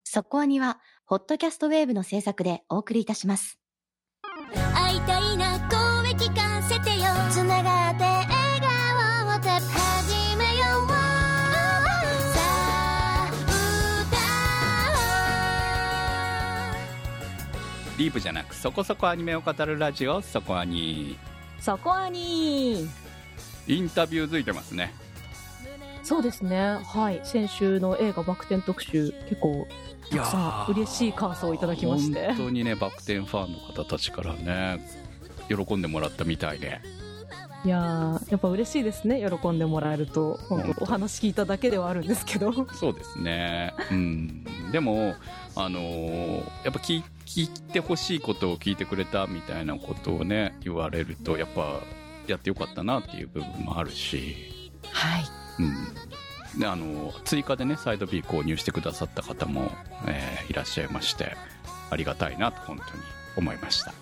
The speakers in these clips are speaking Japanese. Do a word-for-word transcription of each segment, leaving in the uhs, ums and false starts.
そこアニはホットキャストウェーブの制作でお送りいたします。 会いたいな、声聞かせてよ。つながって笑顔を始めよう。さあ歌おう。ディープじゃなくそこそこアニメを語るラジオ、そこアニ。 そこアニ。 インタビュー付いてますね。 そうですね、はい。先週の映画バク転特集、結構たくさん嬉しい感想をいただきまして、 本当にね、バク転ファンの方たちからね喜んでもらったみたいで、 いやーやっぱ嬉しいですね。喜んでもらえると。本当お話聞いただけではあるんですけど。 そうですね、うん、でもあのー、やっぱ聞, 聞いてほしいことを聞いてくれたみたいなことをね言われると、やっぱやってよかったなっていう部分もあるし、 はい、 うん、であの追加でねサイド B 購入してくださった方も、えー、いらっしゃいまして、ありがたいなと本当に思いました。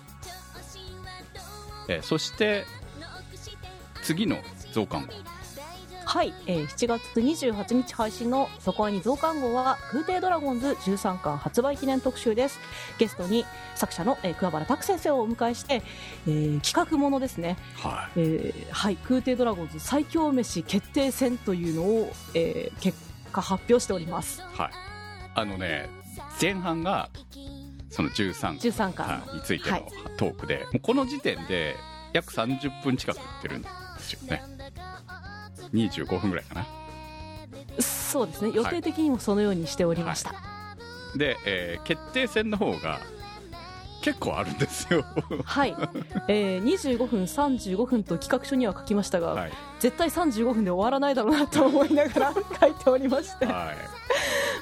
えー、そして次の増刊号、 はい、えー、しちがつにじゅうはちにち配信のそこアニ増刊号は空挺ドラゴンズじゅうさんかん発売記念特集です。ゲストに作者の、えー、桑原拓先生をお迎えして、えー、企画ものですね、 はいえーはい、空挺ドラゴンズ最強飯決定戦というのを、えー、結果発表しております。 はい、あのね前半がそのじゅうさんかんについてのトークで、はい、もうこの時点で約さんじゅっぷん近くやってるんですよね。にじゅうごふんぐらいかな。 そうですね、予定的にもそのようにしておりました。 はいはい、で、えー、決定戦の方が結構あるんですよ。 はい、えー、にじゅうごふんさんじゅうごふんと企画書には書きましたが、はい、絶対さんじゅうごふんで終わらないだろうなと思いながら書いておりまして、はい、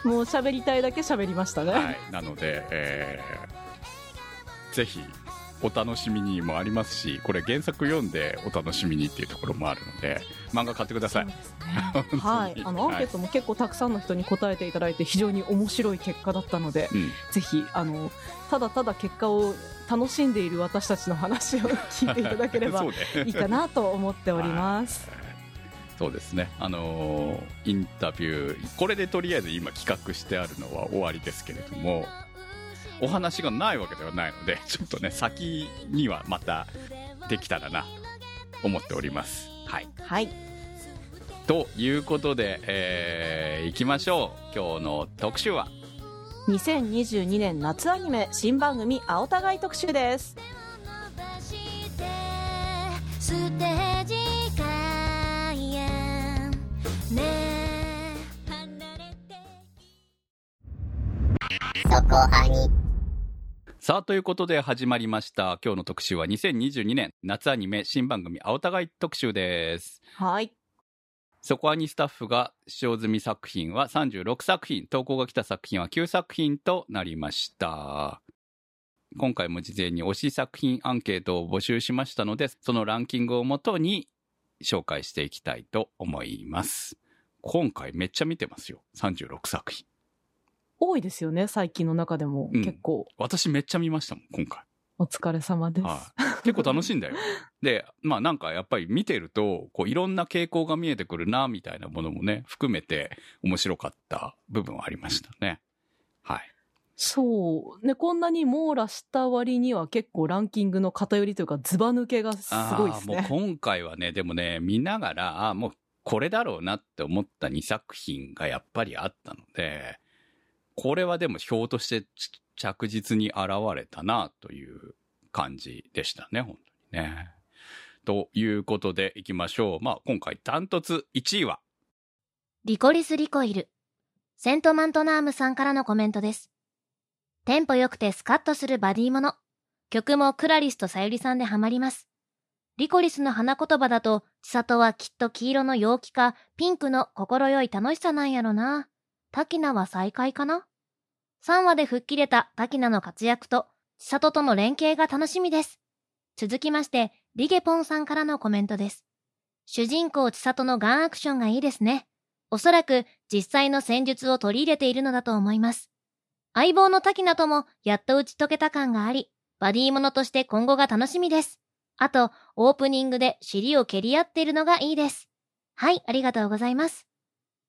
もう喋りたいだけ喋りましたね。 はい、なので、えー、ぜひお楽しみにもありますし、これ原作読んでお楽しみにっていうところもあるので、漫画買ってください。そうですねはい、あのアンケートも結構たくさんの人に答えていただいて非常に面白い結果だったので、うん、ぜひあのただただ結果を楽しんでいる私たちの話を聞いていただければいいかなと思っております。 そうですね、あのー、インタビューこれでとりあえず今企画してあるのは終わりですけれども、お話がないわけではないので、ちょっとね先にはまたできたらなと思っております。はい、 はい、 ということで、えー、いきましょう。今日の特集はにせんにじゅうにねん夏アニメ新番組青互い特集です。ステージ開演ね、 そこアニ。さあということで始まりました。今日の特集はにせんにじゅうにねん夏アニメ新番組青互い特集です。 はい、 そこアニスタッフが視聴済み作品はさんじゅうろくさくひん、投稿が来た作品はきゅうさくひんとなりました。今回も事前に推し作品アンケートを募集しましたので、そのランキングをもとに紹介していきたいと思います。今回めっちゃ見てますよ、さんじゅうろくさくひん。 多いですよね、最近の中でも、うん、結構。 私めっちゃ見ましたもん今回。 お疲れ様です。 はい、結構楽しいんだよ。で、まあなんかやっぱり見てるとこういろんな傾向が見えてくるなみたいなものもね含めて面白かった部分はありましたね。はい。 そうね、こんなに網羅した割には結構ランキングの偏りというかズバ抜けがすごいですね。 あ、もう今回はね、でもね見ながらあもうこれだろうなって思ったにさくひんがやっぱりあったので、これはでも表として着実に現れたなという感じでしたね、本当にね。ということでいきましょう。まあ今回ダントツいちいはリコリスリコイル、セントマントナームさんからのコメントです。テンポ良くてスカッとするバディもの、曲もクラリスとさゆりさんでハマります。リコリスの花言葉だと千里はきっと黄色の陽気かピンクの心よい楽しさなんやろな。タキナは再会かな。さんわで吹っ切れたタキナの活躍と千里との連携が楽しみです。続きましてリゲポンさんからのコメントです。主人公千里のガンアクションがいいですね。おそらく実際の戦術を取り入れているのだと思います。相棒のタキナともやっと打ち解けた感があり、バディものとして今後が楽しみです。あとオープニングで尻を蹴り合っているのがいいです。はい、ありがとうございます。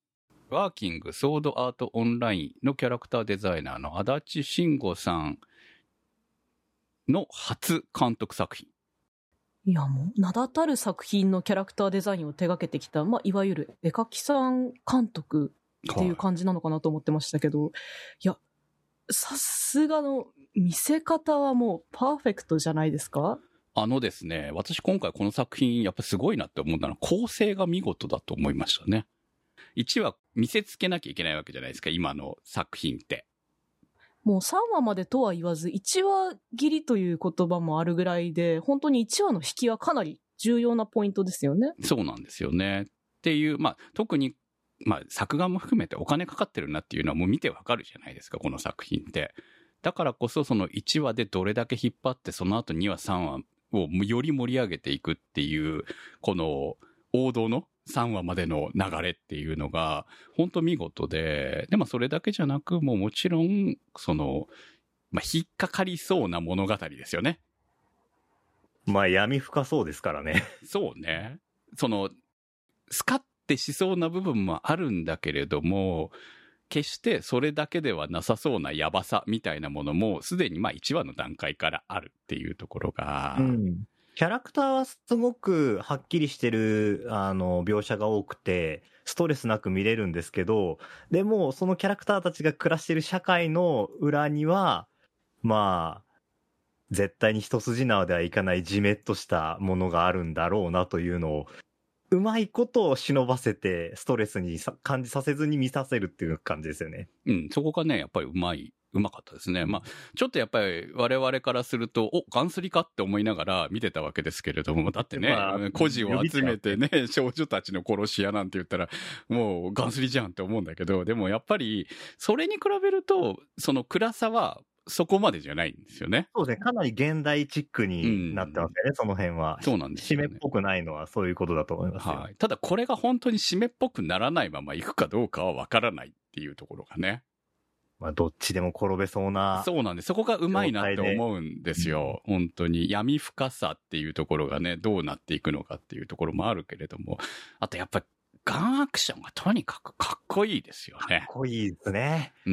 ワーキングソードアートオンラインのキャラクターデザイナーの足立慎吾さんの初監督作品。 いやもう名だたる作品のキャラクターデザインを手掛けてきた、まあ、いわゆる絵描きさん監督っていう感じなのかなと思ってましたけど、はい、いやさすがの見せ方はもうパーフェクトじゃないですか。 あのですね、私今回この作品やっぱすごいなって思ったのは構成が見事だと思いましたね。いちわ見せつけなきゃいけないわけじゃないですか、今の作品って。 もうさんわまでとは言わずいちわ切りという言葉もあるぐらいで、本当にいちわの引きはかなり重要なポイントですよね。 そうなんですよね。っていう、まあ特に、まあ、作画も含めてお金かかってるなっていうのはもう見てわかるじゃないですか、この作品って。だからこそそのいちわでどれだけ引っ張ってその後にわさんわをより盛り上げていくっていうこの王道のさんわまでの流れっていうのが本当見事で、でもそれだけじゃなく、もうもちろんその、まあ、引っかかりそうな物語ですよね。 まあ闇深そうですからね。 そうね。そのスカッてしそうな部分もあるんだけれども、決してそれだけではなさそうなやばさみたいなものもすでにまあいちわの段階からあるっていうところが、 うん、キャラクターはすごくはっきりしてるあの描写が多くてストレスなく見れるんですけど、でもそのキャラクターたちが暮らしてる社会の裏にはまあ絶対に一筋縄ではいかないジメッとしたものがあるんだろうなというのをうまいことを忍ばせてストレスに感じさせずに見させるっていう感じですよね。 うん、そこがねやっぱりうまいうまかったですね。まあちょっとやっぱり我々からするとおガンスリかって思いながら見てたわけですけれども、だってね、まあ、孤児を集めてね少女たちの殺し屋なんて言ったらもうガンスリじゃんって思うんだけど、でもやっぱりそれに比べるとその暗さはそこまでじゃないんですよね。 そうですね。かなり現代チックになってますよね、うん、その辺は。 そうなんですよね。 締めっぽくないのはそういうことだと思いますよ。 はい。ただこれが本当に締めっぽくならないままいくかどうかはわからないっていうところがね。 まあどっちでも転べそうな。 そうなんです。そこがうまいなって思うんですよ。うん、本当に闇深さっていうところがね、どうなっていくのかっていうところもあるけれども、あとやっぱりガンアクションがとにかくかっこいいですよね。 かっこいいですね。 うん。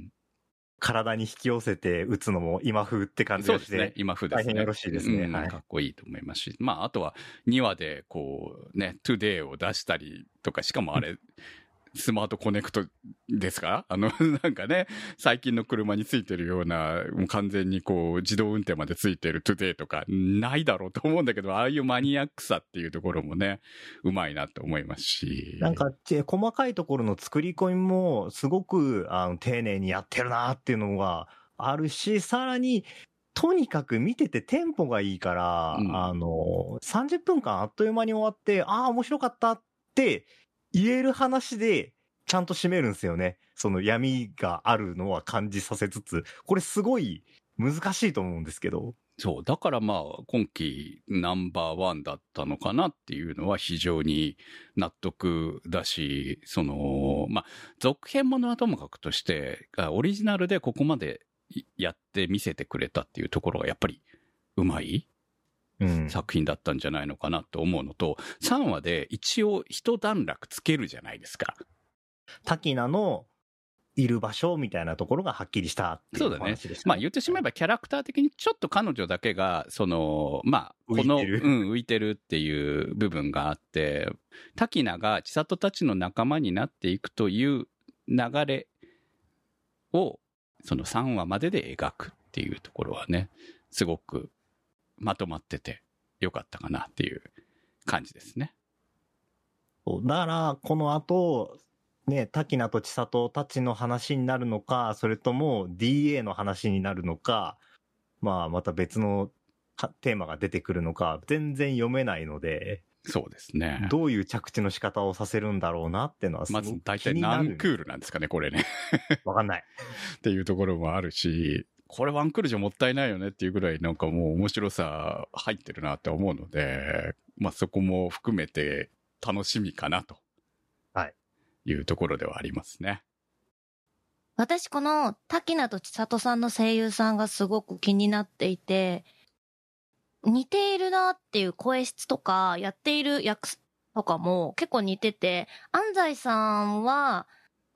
体に引き寄せて打つのも今風って感じがして、そうですね、 今風ですね。 大変よろしいですね、 うん、はい。かっこいいと思いますし、まああとはにわでこうね、トゥデイを出したりとか、しかもあれスマートコネクトですか、あのなんかね、最近の車についてるようなもう完全にこう自動運転までついてるトゥデイとかないだろうと思うんだけど、ああいうマニアックさっていうところもねうまいなと思いますし、 なんか細かいところの作り込みもすごくあの丁寧にやってるなっていうのがあるし、さらにとにかく見ててテンポがいいから、うん、あのさんじゅっぷんかんあっという間に終わって、ああ面白かったって言える話でちゃんと締めるんですよね。その闇があるのは感じさせつつ、これすごい難しいと思うんですけど。 そう、だからまあ今期ナンバーワンだったのかなっていうのは非常に納得だし、そのまあ続編ものはともかくとしてオリジナルでここまでやって見せてくれたっていうところがやっぱりうまい作品だったんじゃないのかなと思うのと、うん、さんわで一応一段落つけるじゃないですか。 滝名のいる場所みたいなところがはっきりしたっていう話でしたね。 そうだね。まあ言ってしまえばキャラクター的にちょっと彼女だけがそのまあこの浮いてる、 うん、浮いてるっていう部分があって、滝名が千里たちの仲間になっていくという流れをそのさんわまでで描くっていうところはね、すごくまとまっててよかったかなっていう感じですね。 だからこの後ね、滝名と千里たちの話になるのか、それとも ディーエー の話になるのか、まあまた別のテーマが出てくるのか全然読めないので、 そうですね。 どういう着地の仕方をさせるんだろうなっていうのはすごく気になる。 まず大体何クールなんですかねこれね。 わかんないっていうところもあるし、これワンクールじゃもったいないよねっていうぐらいなんかもう面白さ入ってるなって思うので、まあそこも含めて楽しみかなと。いうところではありますね。 私この滝名と千里さんの声優さんがすごく気になっていて、似ているなっていう声質とかやっている役とかも結構似てて、安西さんは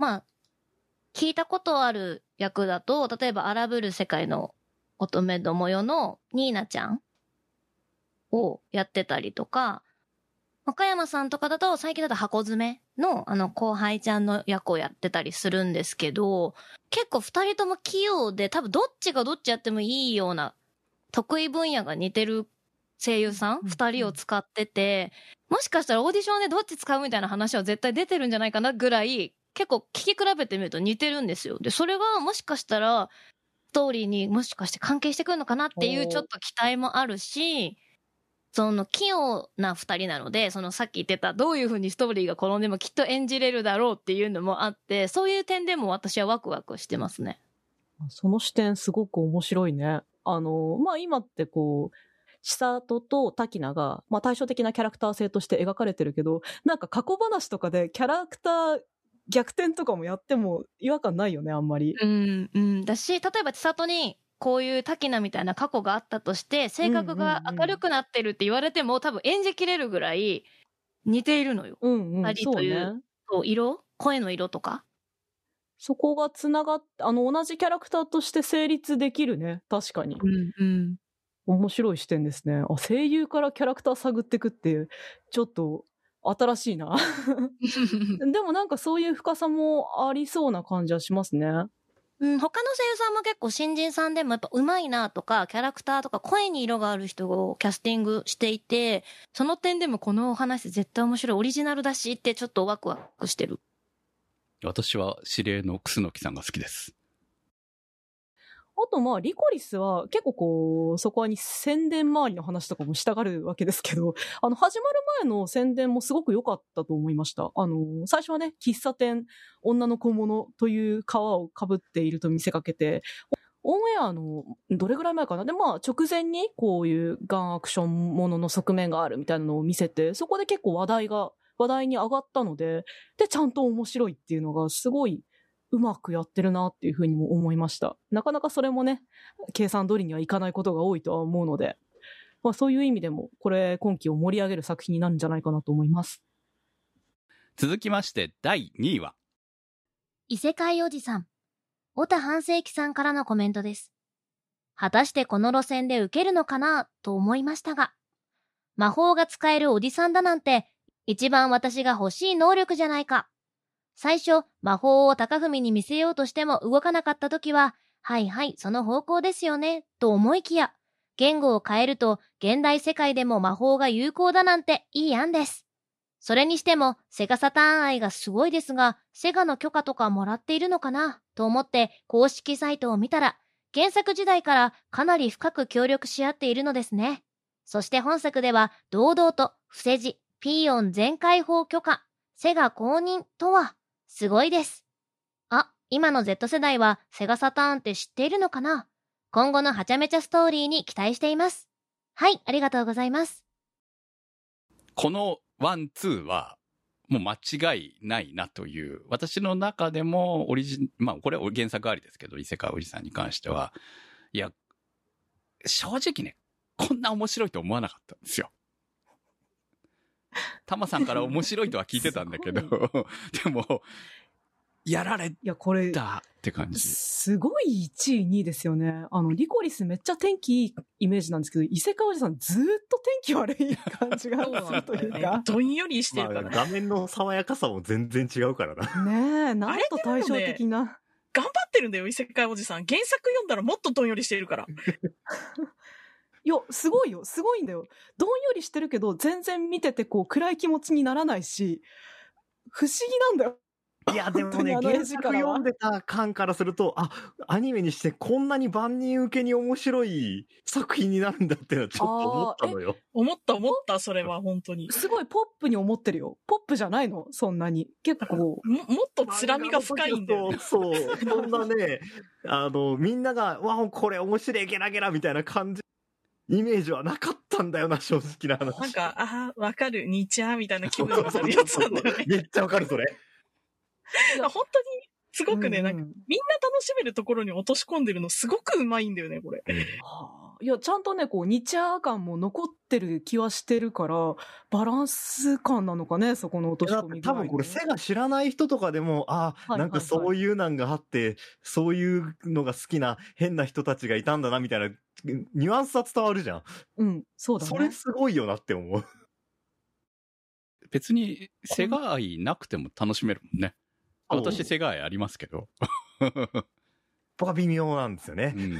まあ、聞いたことある役だと、例えば荒ぶる世界の乙女どもよのニーナちゃんをやってたりとか、若山さんとかだと最近だと箱詰めのあの後輩ちゃんの役をやってたりするんですけど、結構二人とも器用で、多分どっちがどっちやってもいいような得意分野が似てる声優さん二人を使ってて、もしかしたらオーディションでどっち使うみたいな話は絶対出てるんじゃないかなぐらい、結構聞き比べてみると似てるんですよ。で、それがもしかしたらストーリーにもしかして関係してくるのかなっていうちょっと期待もあるし、その器用な二人なので、そのさっき言ってたどういう風にストーリーが転んでもきっと演じれるだろうっていうのもあって、そういう点でも私はワクワクしてますね。 その視点すごく面白いね。あの、まあ、今ってこう、千里と滝名が、まあ、対照的なキャラクター性として描かれてるけど、なんか過去話とかでキャラクター逆転とかもやっても違和感ないよね、あんまり。 うん、うん。だし、例えば千里に、こういう滝名みたいな過去があったとして、性格が明るくなってるって言われても、多分演じきれるぐらい似ているのよ。 うんうん、 二人という、 そうね。 そう、色声の色とか。 そこがつながっ、あの、同じキャラクターとして成立できるね。確かに。 うんうん。 面白い視点ですね。あ、声優からキャラクター探ってくって、ちょっと新しいな。でもなんかそういう深さもありそうな感じはしますね。 うん、他の声優さんも結構新人さんでもやっぱ上手いなとか、キャラクターとか声に色がある人をキャスティングしていて、その点でもこのお話絶対面白い、オリジナルだしってちょっとワクワクしてる。 私は指令の楠木さんが好きです。 あとまあ、リコリスは結構こう、そこに宣伝周りの話とかもしたがるわけですけど、あの、始まる前の宣伝もすごく良かったと思いました。あの、最初はね、喫茶店、女の小物という皮をかぶっていると見せかけて、オンエアの、どれぐらい前かなで、まあ、直前にこういうガンアクションものの側面があるみたいなのを見せて、そこで結構話題が、話題に上がったので、で、ちゃんと面白いっていうのがすごいうまくやってるなっていうふうにも思いました。なかなかそれもね、計算通りにはいかないことが多いとは思うので、まあそういう意味でも、これ今期を盛り上げる作品になるんじゃないかなと思います。 続きましてだいにいは、 異世界おじさん、小田半世紀さんからのコメントです。果たしてこの路線で受けるのかなと思いましたが、魔法が使えるおじさんだなんて、一番私が欲しい能力じゃないか。最初、魔法を高文に見せようとしても動かなかった時は、はいはい、その方向ですよね、と思いきや、言語を変えると、現代世界でも魔法が有効だなんていい案です。それにしても、セガサターン愛がすごいですが、セガの許可とかもらっているのかな、と思って公式サイトを見たら、原作時代からかなり深く協力し合っているのですね。そして本作では、堂々と、伏せ字、ピーヨン全開放許可、セガ公認とは、すごいです。あ、今の Z 世代はセガサターンって知っているのかな？今後のはちゃめちゃストーリーに期待しています。はい、ありがとうございます。 このワン、ツーは、もう間違いないなという、私の中でもオリジン、まあこれは原作ありですけど、異世界おじさんに関しては、いや、正直ね、こんな面白いと思わなかったんですよ。タマさんから面白いとは聞いてたんだけど、でも、やられいや、これ、 たって感じ。 すごいいちい、にいですよね。あの、リコリスめっちゃ天気いいイメージなんですけど、異世界おじさんずーっと天気悪い感じがするというか。 どんよりしてるから、 まあ、画面の爽やかさも全然違うからな。 ねえ、なんと対照的な。 頑張ってるんだよ、異世界おじさん。原作読んだらもっとどんよりしてるから。 いや、すごいよ。すごいんだよ。どんよりしてるけど、全然見ててこう暗い気持ちにならないし、不思議なんだよ。 いや、でもね、原作読んでた感からすると、あ、アニメにしてこんなに万人受けに面白い作品になるんだってのはちょっと思ったのよ。 思った思った、それは本当に。 すごいポップに思ってるよ。ポップじゃないのそんなに。結構。 も, もっとつらみが深いんだよ、ね。 そう、そう。そんなね、あの、みんなが、わ、これ面白いゲラゲラみたいな感じ。イメージはなかったんだよな、正直な話。 なんか、ああ、わかる、にちゃーみたいな気分になるやつなんだよね。 めっちゃわかる、それ。 本当に、すごくね、うんうん、なんか、みんな楽しめるところに落とし込んでるのすごくうまいんだよね、これ。 はあ、 いや、ちゃんとね、こう、ニチャー感も残ってる気はしてるから、バランス感なのかね、そこの落とし込み具合、ね。 多分これ、セガ知らない人とかでも、ああ、なんかそういうなんがあって、そういうのが好きな変な人たちがいたんだな、みたいな、ニュアンスは伝わるじゃん。 うん、そうだね。 それすごいよなって思う。 別に、セガ愛なくても楽しめるもんね。私、セガ愛ありますけど。 僕は微妙なんですよね。うん、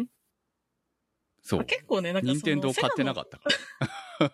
そう。 結構ね、なんかその任天堂買ってなかったから。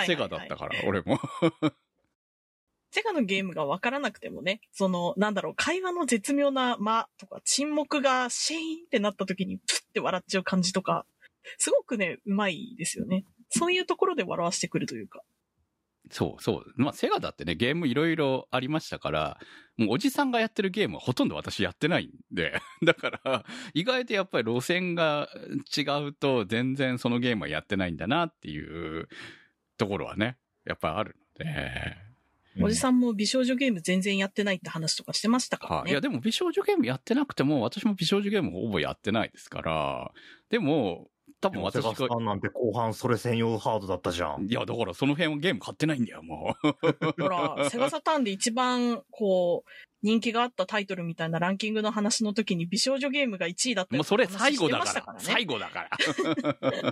セガだったから、俺も。 セガのゲームがわからなくてもね、その、なんだろう、会話の絶妙な間とか、沈黙がシーンってなった時に、プッて笑っちゃう感じとか、すごくね、うまいですよね。そういうところで笑わせてくるというか。 そうそう。まあ、セガだってね、ゲームいろいろありましたから、もうおじさんがやってるゲームはほとんど私やってないんで、だから、意外とやっぱり路線が違うと、全然そのゲームはやってないんだなっていうところはね、やっぱりあるので。 おじさんも美少女ゲーム全然やってないって話とかしてましたからね。 はあ、いや、でも美少女ゲームやってなくても、私も美少女ゲームほぼやってないですから、でも、多分私が。 セガさんなんて後半それ専用ハードだったじゃん。 いや、だからその辺はゲーム買ってないんだよ、もう。 ほら、セガサターンで一番、こう、人気があったタイトルみたいなランキングの話の時に美少女ゲームがいちいだったりとか、 もうそれ最後だから。最後だから。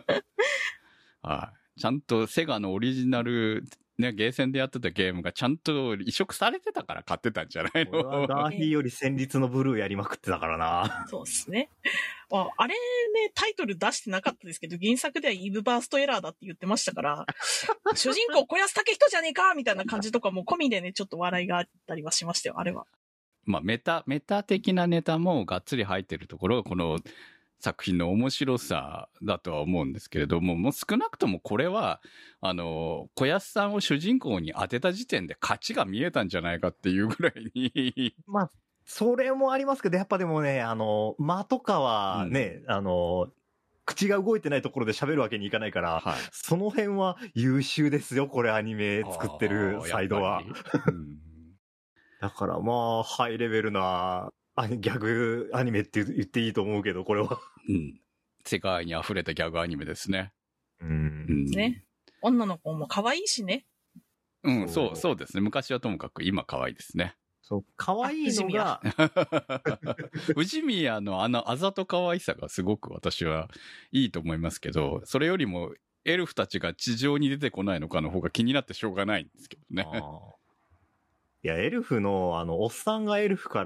はい。ちゃんとセガのオリジナル、ね、ゲーセンでやってたゲームがちゃんと移植されてたから買ってたんじゃないの？ 俺はガーヒーより戦慄のブルーやりまくってたからな。 そうですね。あ、あれね、タイトル出してなかったですけど、原作ではイブバーストエラーだって言ってましたから、主人公小安武人じゃねえかみたいな感じとかも込みでね、ちょっと笑いがあったりはしましたよ、あれは。 まあ、メタ、メタ的なネタもがっつり入ってるところが、この、作品の面白さだとは思うんですけれども、もう少なくともこれは、あの、小安さんを主人公に当てた時点で勝ちが見えたんじゃないかっていうぐらいに。 まあ、それもありますけど、やっぱでもね、あの、間とかはね、うん、あの、口が動いてないところで喋るわけにいかないから、はい、その辺は優秀ですよ、これアニメ作ってるサイドは。うん、だからまあ、ハイレベルな、ギャグアニメって言っていいと思うけど、これは。 うん。世界に溢れたギャグアニメですね。 うん。うん、 ね。女の子も可愛いしね。 うん、そう、そうですね。昔はともかく今可愛いですね。 そう、可愛いのが。 藤宮のあのあざと可愛さがすごく私はいいと思いますけど、それよりもエルフたちが地上に出てこないのかの方が気になってしょうがないんですけどね。 あいや、エルフの、あの、おっさんがエルフから、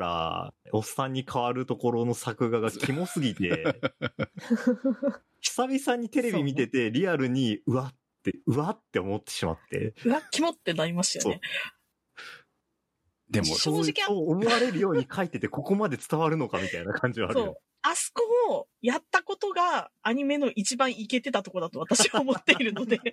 おっさんに変わるところの作画がキモすぎて、久々にテレビ見てて、リアルに、うわって、うわって思ってしまって。 うわ、キモってなりましたよね。 でも、 正直そう思われるように書いてて、ここまで伝わるのかみたいな感じはあるよ。そう。 あそこをやったことが、アニメの一番イケてたとこだと私は思っているので。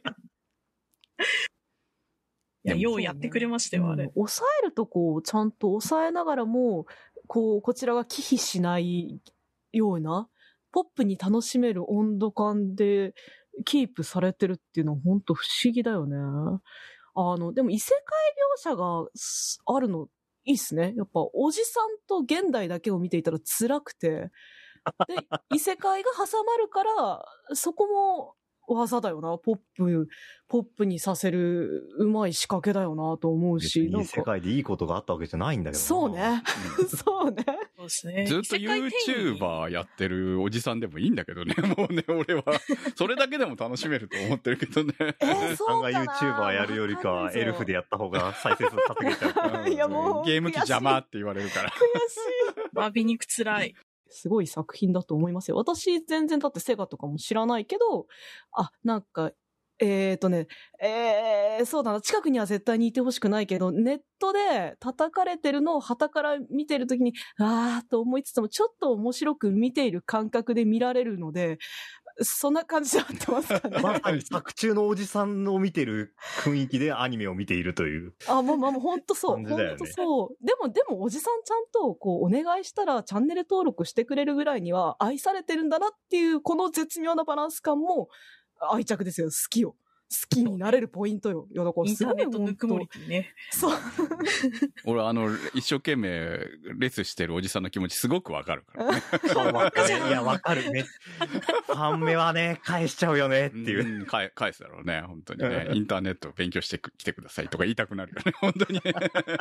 いや、ようやってくれましたよ、あれ。 抑えるとこをちゃんと抑えながらも、こう、こちらが忌避しないような、ポップに楽しめる温度感でキープされてるっていうのは本当不思議だよね。あの、でも異世界描写があるのいいっすね。やっぱおじさんと現代だけを見ていたら辛くて、で、異世界が挟まるから、そこも、技だよな。ポップ、ポップにさせるうまい仕掛けだよなと思うし。 いい世界でいいことがあったわけじゃないんだけどな。 そうね。うん、そうね。 そうですね。 ずっと YouTuber やってるおじさんでもいいんだけどね。もうね、俺は。それだけでも楽しめると思ってるけどね。 えー、そうかな。 さんが YouTuber やるよりかはエルフでやった方が再生数稼げちゃうから。 いやもう。 ゲーム機邪魔って言われるから。 悔しい。 バビ肉つらい。 すごい作品だと思いますよ。私全然だってセガとかも知らないけど、あ、なんか、えーとね、えー、そうだな、近くには絶対にいてほしくないけど、ネットで叩かれてるのを傍から見てるときに、あーと思いつつも、ちょっと面白く見ている感覚で見られるので、そんな感じで合ってますかね。 まさに作中のおじさんを見てる雰囲気でアニメを見ているという。 あ、もう、まあ、もう本当そう。ね、本当そう。でも、でもおじさんちゃんと、こう、お願いしたらチャンネル登録してくれるぐらいには愛されてるんだなっていう、この絶妙なバランス感も愛着ですよ。好きよ。 きになれるポイントよ。いや、だからインすごいターネットぬくもりにね。 そう。 俺、あの、一生懸命レスしてるおじさんの気持ちすごくわかるからね。 そうわかる。いや、わかるね。ファン目はね、返しちゃうよねっていう。 うん、返返すだろうね、本当にね。インターネットを勉強してきてくださいとか言いたくなるよね、本当に。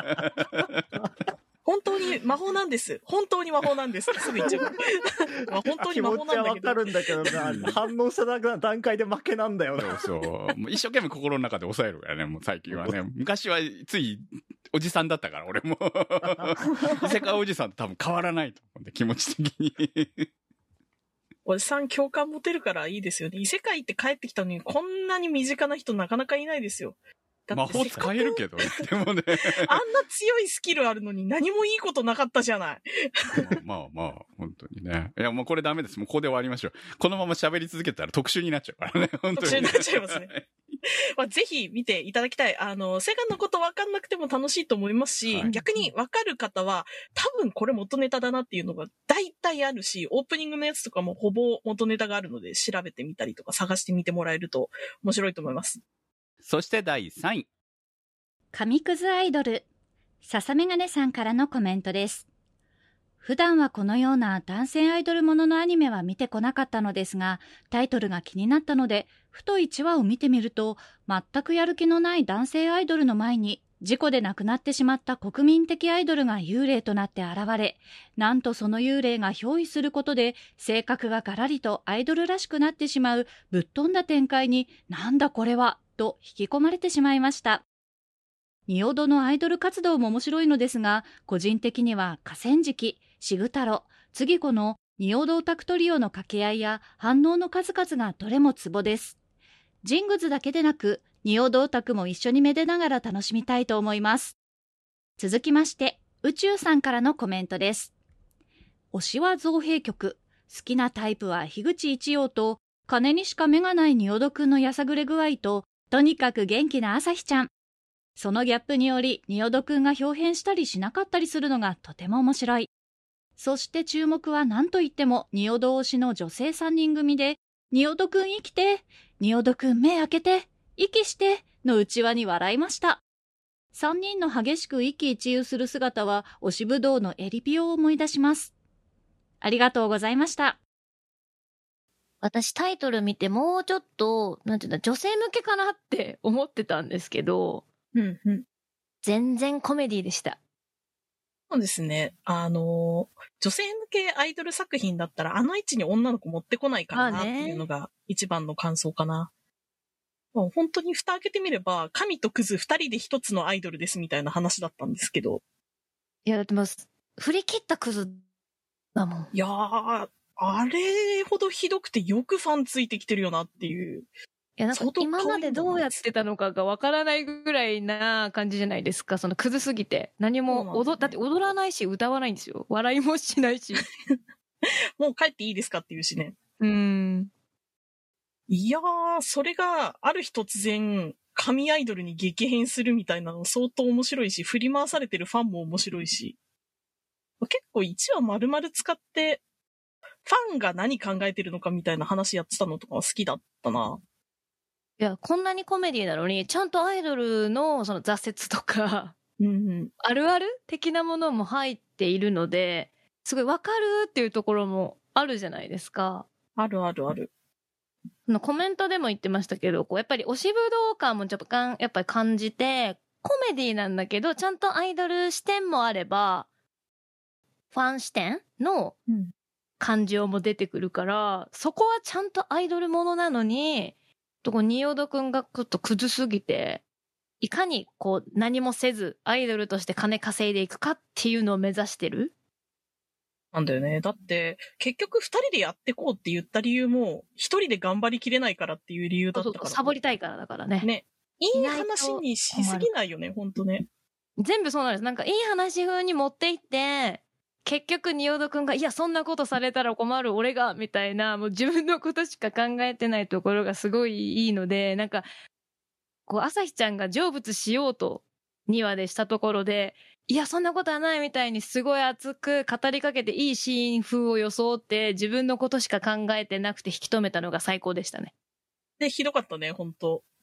本当に魔法なんです。本当に魔法なんです。すぐ言っちゃう。まあ本当に魔法なんだけど。 気持ちはわかるんだけどな、反応した段階で負けなんだよな。 そうそう。もう一生懸命心の中で抑えるからね、もう最近はね。昔はついおじさんだったから、俺も。異世界おじさんと多分変わらないと思うんで、気持ち的に。 おじさん共感持てるからいいですよね。異世界って帰ってきたのにこんなに身近な人なかなかいないですよ。 魔法使えるけど、でもね。 あんな強いスキルあるのに何もいいことなかったじゃない。 まあまあ、本当にね。いや、もうこれダメです。もうここで終わりましょう。このまま喋り続けたら特集になっちゃうからね。本当に、ね。 特集になっちゃいますね。まあ、ぜひ見ていただきたい。あの、セガのこと分かんなくても楽しいと思いますし、はい、逆に分かる方は、多分これ元ネタだなっていうのが大体あるし、オープニングのやつとかもほぼ元ネタがあるので、調べてみたりとか探してみてもらえると面白いと思います。 そしてだいさんい。 紙くずアイドル、笹メガネさんからのコメントです。普段はこのような男性アイドルもののアニメは見てこなかったのですが、タイトルが気になったので、ふといちわを見てみると、全くやる気のない男性アイドルの前に、事故で亡くなってしまった国民的アイドルが幽霊となって現れ、なんとその幽霊が憑依することで、性格がガラリとアイドルらしくなってしまうぶっ飛んだ展開に、なんだこれは、と引き込まれてしまいました。仁淀のアイドル活動も面白いのですが、個人的には河川敷、シグ太郎、次子の仁淀オタクトリオの掛け合いや反応の数々がどれもツボです。ジングズだけでなく、仁淀オタクも一緒にめでながら楽しみたいと思います。続きまして、宇宙さんからのコメントです。推しは造幣局、好きなタイプは樋口一葉と、金にしか目がない仁淀くんのやさぐれ具合と、とにかく元気な朝日ちゃん。そのギャップにより、仁淀くんが表変したりしなかったりするのがとても面白い。そして注目は何といっても仁淀推しの女性さんにん組で、仁淀くん生きて、仁淀くん目開けて、息しての内輪に笑いました。さんにんの激しく一喜一憂する姿は推しぶどうのエリピオを思い出します。ありがとうございました。 私タイトル見てもうちょっと、なんていうんだ、女性向けかなって思ってたんですけど、 うんうん、 全然コメディでした。 そうですね。あの、女性向けアイドル作品だったらあの位置に女の子持ってこないからなっていうのが一番の感想かな。もう本当に蓋開けてみれば、神とクズ二人で一つのアイドルですみたいな話だったんですけど。 いや、だってもう、振り切ったクズだもん。 いやー、あれほどひどくてよくファンついてきてるよなっていう。 いや、なんか今までどうやってたのかがわからないぐらいな感じじゃないですか。そのクズすぎて。何も踊、ね、だって踊らないし歌わないんですよ。笑いもしないし。 もう帰っていいですかっていうしね。 うーん。 いやー、それがある日突然、神アイドルに激変するみたいなの相当面白いし、振り回されてるファンも面白いし。結構いちわ丸々使って、ファンが何考えてるのかみたいな話やってたのとかは好きだったな。 いや、こんなにコメディなのに、ちゃんとアイドルのその挫折とか、 うんうん、あるある的なものも入っているので、すごいわかるっていうところもあるじゃないですか。 あるあるある。 コメントでも言ってましたけど、こうやっぱり推し武道感も若干やっぱり感じて、コメディなんだけど、ちゃんとアイドル視点もあれば、ファン視点の感情も出てくるから、うん、そこはちゃんとアイドルものなのに、仁淀くんがちょっとクズすぎて、いかにこう何もせずアイドルとして金稼いでいくかっていうのを目指してるなんだよね。だって結局二人でやってこうって言った理由も一人で頑張りきれないからっていう理由だったから。 そうそう、サボりたいからだからね。 ね。いい話にしすぎないよね、ほんとね。 全部そうなんです。なんかいい話風に持っていって、結局仁淀くんがいやそんなことされたら困る俺がみたいな、もう自分のことしか考えてないところがすごいいいので、なんかこう朝日ちゃんが成仏しようとにわでしたところで、いやそんなことはないみたいにすごい熱く語りかけていいシーン風を装って自分のことしか考えてなくて引き止めたのが最高でしたね。 でひどかったね、本当。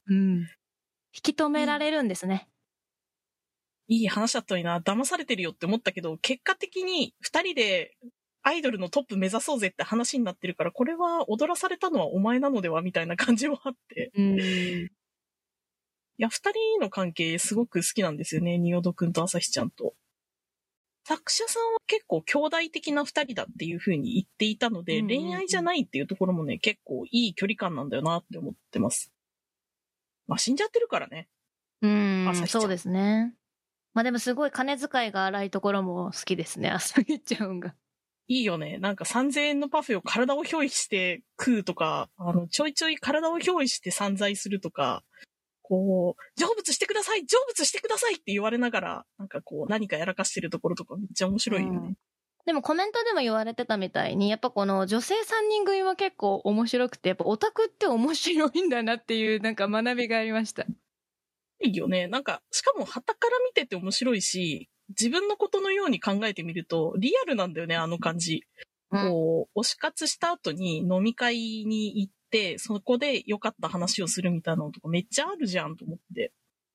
うん。引き止められるんですね。 いい話だったのにな、騙されてるよって思ったけど、結果的に二人でアイドルのトップ目指そうぜって話になってるから、これは踊らされたのはお前なのではみたいな感じもあって。うん。いや、二人の関係すごく好きなんですよね、仁淀くんと朝日ちゃんと。作者さんは結構兄弟的な二人だっていう風に言っていたので、うんうんうん、恋愛じゃないっていうところもね、結構いい距離感なんだよなって思ってます。まあ死んじゃってるからね。 うーん、そうですね。まあでもすごい金遣いが荒いところも好きですね、朝日ちゃんが。 いいよね。なんかさんぜんえんのパフェを体を憑依して食うとか、あの、ちょいちょい体を憑依して散財するとか、こう、成仏してください成仏してくださいって言われながら、なんかこう、何かやらかしてるところとかめっちゃ面白いよね。うん、 でもコメントでも言われてたみたいに、やっぱこの女性さんにん組は結構面白くて、やっぱオタクって面白いんだなっていうなんか学びがありました。 いいよね。なんか、しかも旗から見てて面白いし、自分のことのように考えてみると、リアルなんだよね、あの感じ。うん、こう、推し活した後に飲み会に行って、そこで良かった話をするみたいなのとかめっちゃあるじゃんと思って。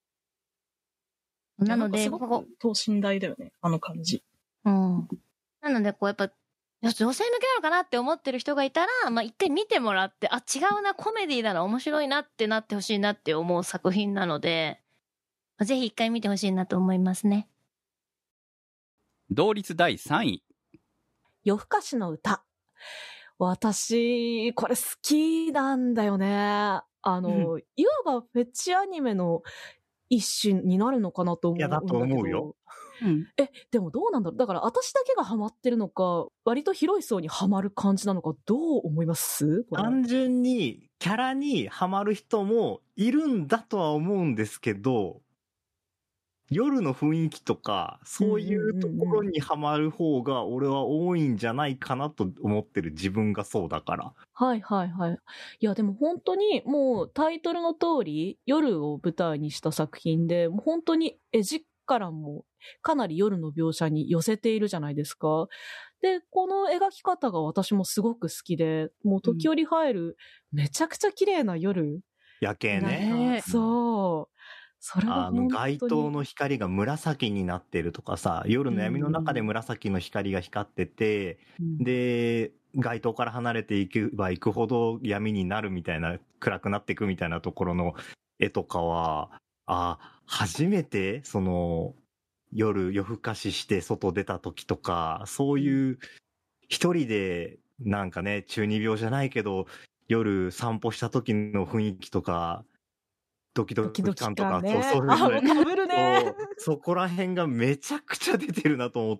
なので、すごく等身大だよね、あの感じ。 うん。なので、こうやっぱ、女性向けなのかなって思ってる人がいたら、まあ、一回見てもらって、あ、違うな、コメディだな、面白いなってなってほしいなって思う作品なので、ぜひ一回見てほしいなと思いますね。 同率だいさんい。 夜更かしの歌。私、これ好きなんだよね。あの、うん、いわばフェチアニメの一種になるのかなと思うんだけど。いや、だと思うよ。うん、え、でもどうなんだろう。だから私だけがハマってるのか、割と広い層にハマる感じなのか、どう思います？ 単純にキャラにハマる人もいるんだとは思うんですけど、夜の雰囲気とか、そういうところにハマる方が俺は多いんじゃないかなと思ってる、自分がそうだから。 はいはいはい。いやでも本当にもうタイトルの通り、夜を舞台にした作品で、もう本当に絵力もかなり夜の描写に寄せているじゃないですか。で、この描き方が私もすごく好きで、もう時折入る、めちゃくちゃ綺麗な夜。 夜景ね。 そう。それはあの街灯の光が紫になってるとかさ、夜の闇の中で紫の光が光ってて、うん、で街灯から離れていけば行くほど闇になるみたいな、暗くなっていくみたいなところの絵とかは、あ、初めてその夜夜更かしして外出た時とか、そういう一人でなんかね、中二病じゃないけど夜散歩した時の雰囲気とか、ドキドキ感とか、 ね、そうそうそう、あ、もう被るね。 そこら辺がめちゃくちゃ出てるなと思って、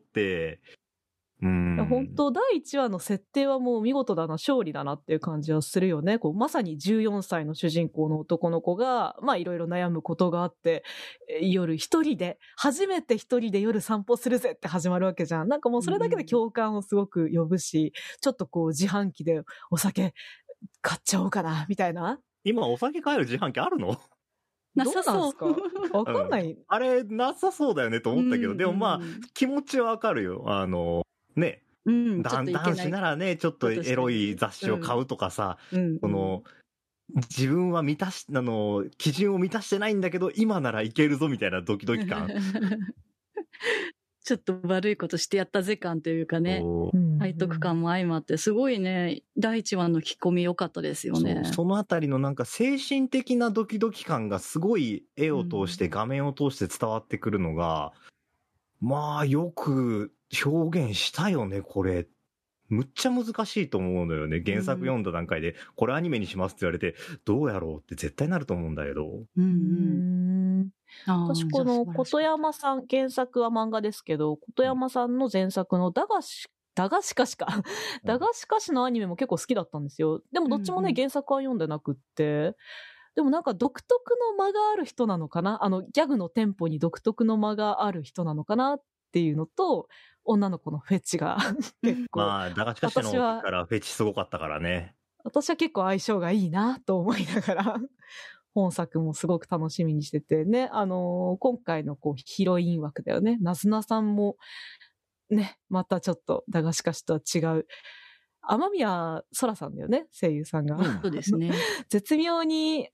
うん。 本当だいいちわの設定はもう見事だな、勝利だなっていう感じはするよね。こうまさにじゅうよんさいの主人公の男の子が、まあいろいろ悩むことがあって、夜一人で、初めて一人で夜散歩するぜって始まるわけじゃん。なんかもうそれだけで共感をすごく呼ぶし、うん、ちょっとこう自販機でお酒買っちゃおうかな、みたいな。 今お酒買える自販機あるの？ なさそう。わかんない、うん。 あれ、なさそうだよねと思ったけど、でもまあ、気持ちはわかるよ。あの、ね。うん、男子ならね、ちょっとエロい雑誌を買うとかさ、うん、この、自分は満たし、あの、基準を満たしてないんだけど、今ならいけるぞみたいなドキドキ感。 ちょっと悪いことしてやったぜ感というかね、背徳感も相まって、すごいね、だいいちわの引き込み良かったですよね。 そ, そのあたりのなんか精神的なドキドキ感がすごい絵を通して、うん、画面を通して伝わってくるのが、まあよく表現したよね、これ。むっちゃ難しいと思うのよね。原作読んだ段階で、これアニメにしますって言われて、どうやろうって絶対なると思うんだけど。 うんうん私この琴山さん、原作は漫画ですけど、琴山さんの前作のだがし、だがしかしか、だがしかしのアニメも結構好きだったんですよ。でもどっちもね、原作は読んでなくって、でもなんか独特の間がある人なのかな、あのギャグのテンポに独特の間がある人なのかなっていうのと、女の子のフェチが結構。 まあ、だがしかしの時からフェチすごかったからね。 私は結構相性がいいなと思いながら。本作もすごく楽しみにしててね、あのー、今回のこうヒロイン枠だよね、なずなさんもね、またちょっとだがしかしとは違う、雨宮そらさんだよね、声優さんが。 そうですね。 絶妙に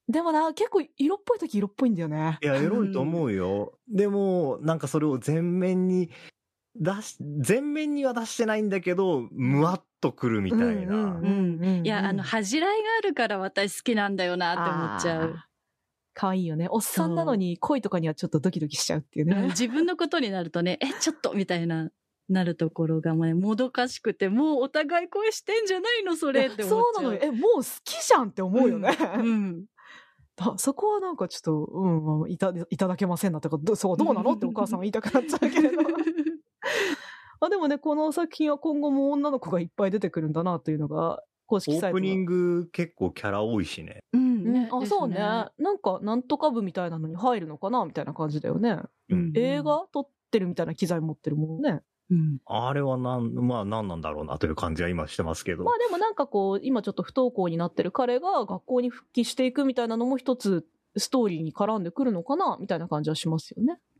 でもな、結構色っぽい時色っぽいんだよね。 いや、エロいと思うよ。うん、でも、なんかそれを全面に出し、全面には出してないんだけど、むわっとくるみたいな。 いや、あの、恥じらいがあるから私好きなんだよなって思っちゃう。 可愛いよね。おっさんなのに恋とかにはちょっとドキドキしちゃうっていうね。 うん、自分のことになるとね、え、ちょっとみたいな。なるところがね、もどかしくて、もうお互い恋してんじゃないのそれって思っちゃう。 そうなのよ。え、もう好きじゃんって思うよね。 うん。うん、 だそこはなんかちょっと、うん、いた、いただけませんなってか、どそう、どうなのってお母さんは言いたくなっちゃうけれど。あでもね、この作品は今後も女の子がいっぱい出てくるんだなというのが、公式サイト。 オープニング結構キャラ多いしね。 うんね。あ、そうね。なんか、なんとか部みたいなのに入るのかなみたいな感じだよね。うん、映画撮ってるみたいな機材持ってるもんね。 うん、あれはなん、まあ何なんだろうなという感じは今してますけど。 まあでもなんかこう、今ちょっと不登校になってる彼が学校に復帰していくみたいなのも一つストーリーに絡んでくるのかなみたいな感じはしますよね。うん。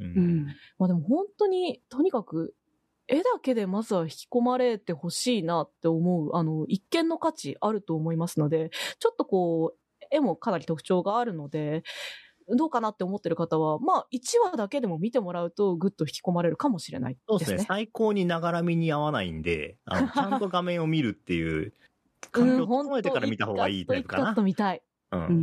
まあでも本当に、とにかく、絵だけでまずは引き込まれてほしいなって思う、あの、一見の価値あると思いますので、ちょっとこう、絵もかなり特徴があるので、どうかなって思ってる方は、まあ、いちわだけでも見てもらうと、ぐっと引き込まれるかもしれないですね。 そうですね。最高にながらみに合わないんで、あの、ちゃんと画面を見るっていう、環境を整えてから見た方がいいタイプかな。 うん、ほんと、一カット見たい。 うん。うんうん、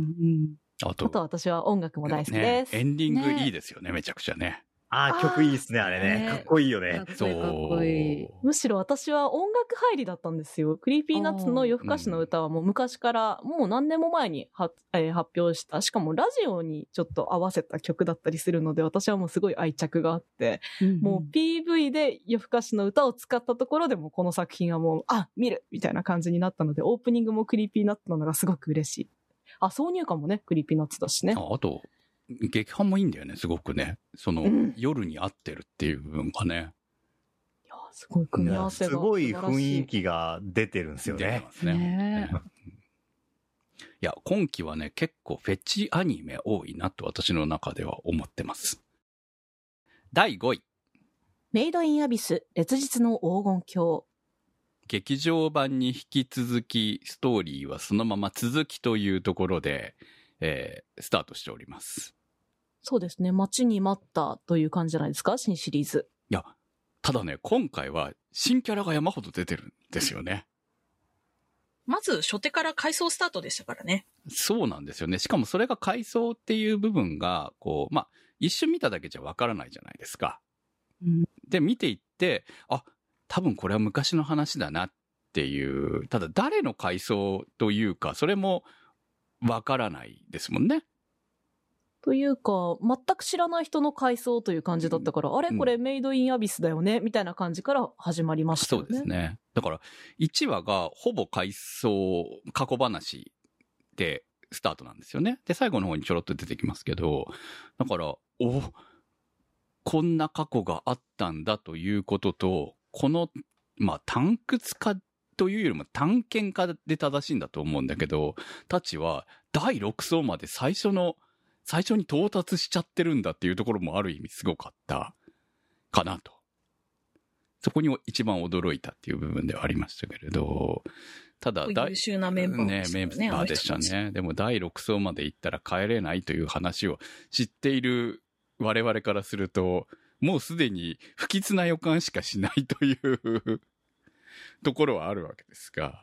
あと、 あと私は音楽も大好きです。 ね、エンディングいいですよね、ねめちゃくちゃね。 ああ、曲いいっすね、あれね。ねかっこいいよね。 そう。かっこいい。 むしろ私は音楽入りだったんですよ。クリーピーナッツの夜更かしの歌はもう昔から、もう何年も前には、えー、発表した、しかもラジオにちょっと合わせた曲だったりするので、私はもうすごい愛着があって、うんうん、もう ピーブイ で夜更かしの歌を使ったところでもこの作品はもう、あ、見るみたいな感じになったので、オープニングもクリーピーナッツなのがすごく嬉しい。あ、挿入歌もね、クリーピーナッツだしね。 あ、あと、劇伴もいいんだよね、すごくね。その、うん、夜に合ってるっていう部分がね。 いや、すごい組み合わせがすごい雰囲気が出てるんですよね。 出てますね。ねいや、今期はね、結構フェチアニメ多いなと私の中では思ってます。だいごい。 メイドインアビス、烈日の黄金鏡。 劇場版に引き続き、ストーリーはそのまま続きというところで、えー、スタートしております。 そうですね。待ちに待ったという感じじゃないですか、新シリーズ。 いや、ただね、今回は新キャラが山ほど出てるんですよね。 まず初手から回想スタートでしたからね。 そうなんですよね。しかもそれが回想っていう部分が、こう、まあ、一瞬見ただけじゃわからないじゃないですか。うん、で、見ていって、あ、多分これは昔の話だなっていう、ただ誰の回想というか、それも、わからないですもんね。 というか、全く知らない人の回想という感じだったから、うん、あれこれメイドインアビスだよねみたいな感じから始まりましたよね。 そうですね。だから、いちわがほぼ回想、過去話でスタートなんですよね。で、最後の方にちょろっと出てきますけど、だから、お、こんな過去があったんだということと、この、まあ、探掘家というよりも探検家で正しいんだと思うんだけど、たちはだいろく層まで最初の、最初に到達しちゃってるんだっていうところもある意味すごかったかなと。そこに一番驚いたっていう部分ではありましたけれど、ただ、 優秀なメンバーでしたね。 ね、メンバーでしたね。でもだいろく層まで行ったら帰れないという話を知っている我々からすると、もうすでに不吉な予感しかしないというところはあるわけですが。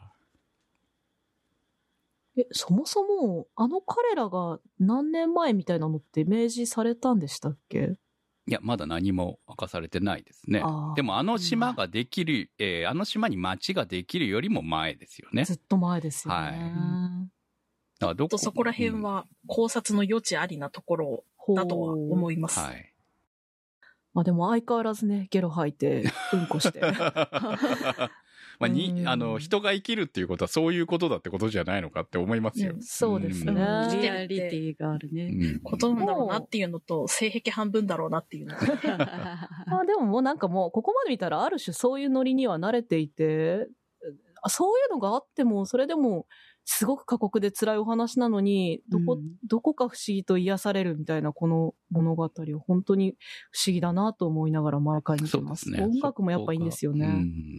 え、そもそも、あの彼らが何年前みたいなのって明示されたんでしたっけ？ いや、まだ何も明かされてないですね。でもあの島ができる、えー、あの島に町ができるよりも前ですよね。 ずっと前ですよね。 はい。だからどこ、そこら辺は考察の余地ありなところだとは思います。 はい。 まあでも相変わらずね、ゲロ吐いて、うんこして。 まあに、あの、人が生きるっていうことはそういうことだってことじゃないのかって思いますよ。 うん、そうですね。 リアリティがあるね。 うん、ことなんだろうなっていうのと、性癖半分だろうなっていうの。 あでももうなんかもう、ここまで見たらある種そういうノリには慣れていて、そういうのがあっても、それでもすごく過酷で辛いお話なのに、どこ、うん、どこか不思議と癒されるみたいなこの物語は本当に不思議だなと思いながら毎回見てます。そうですね。音楽もやっぱいいんですよね。うん、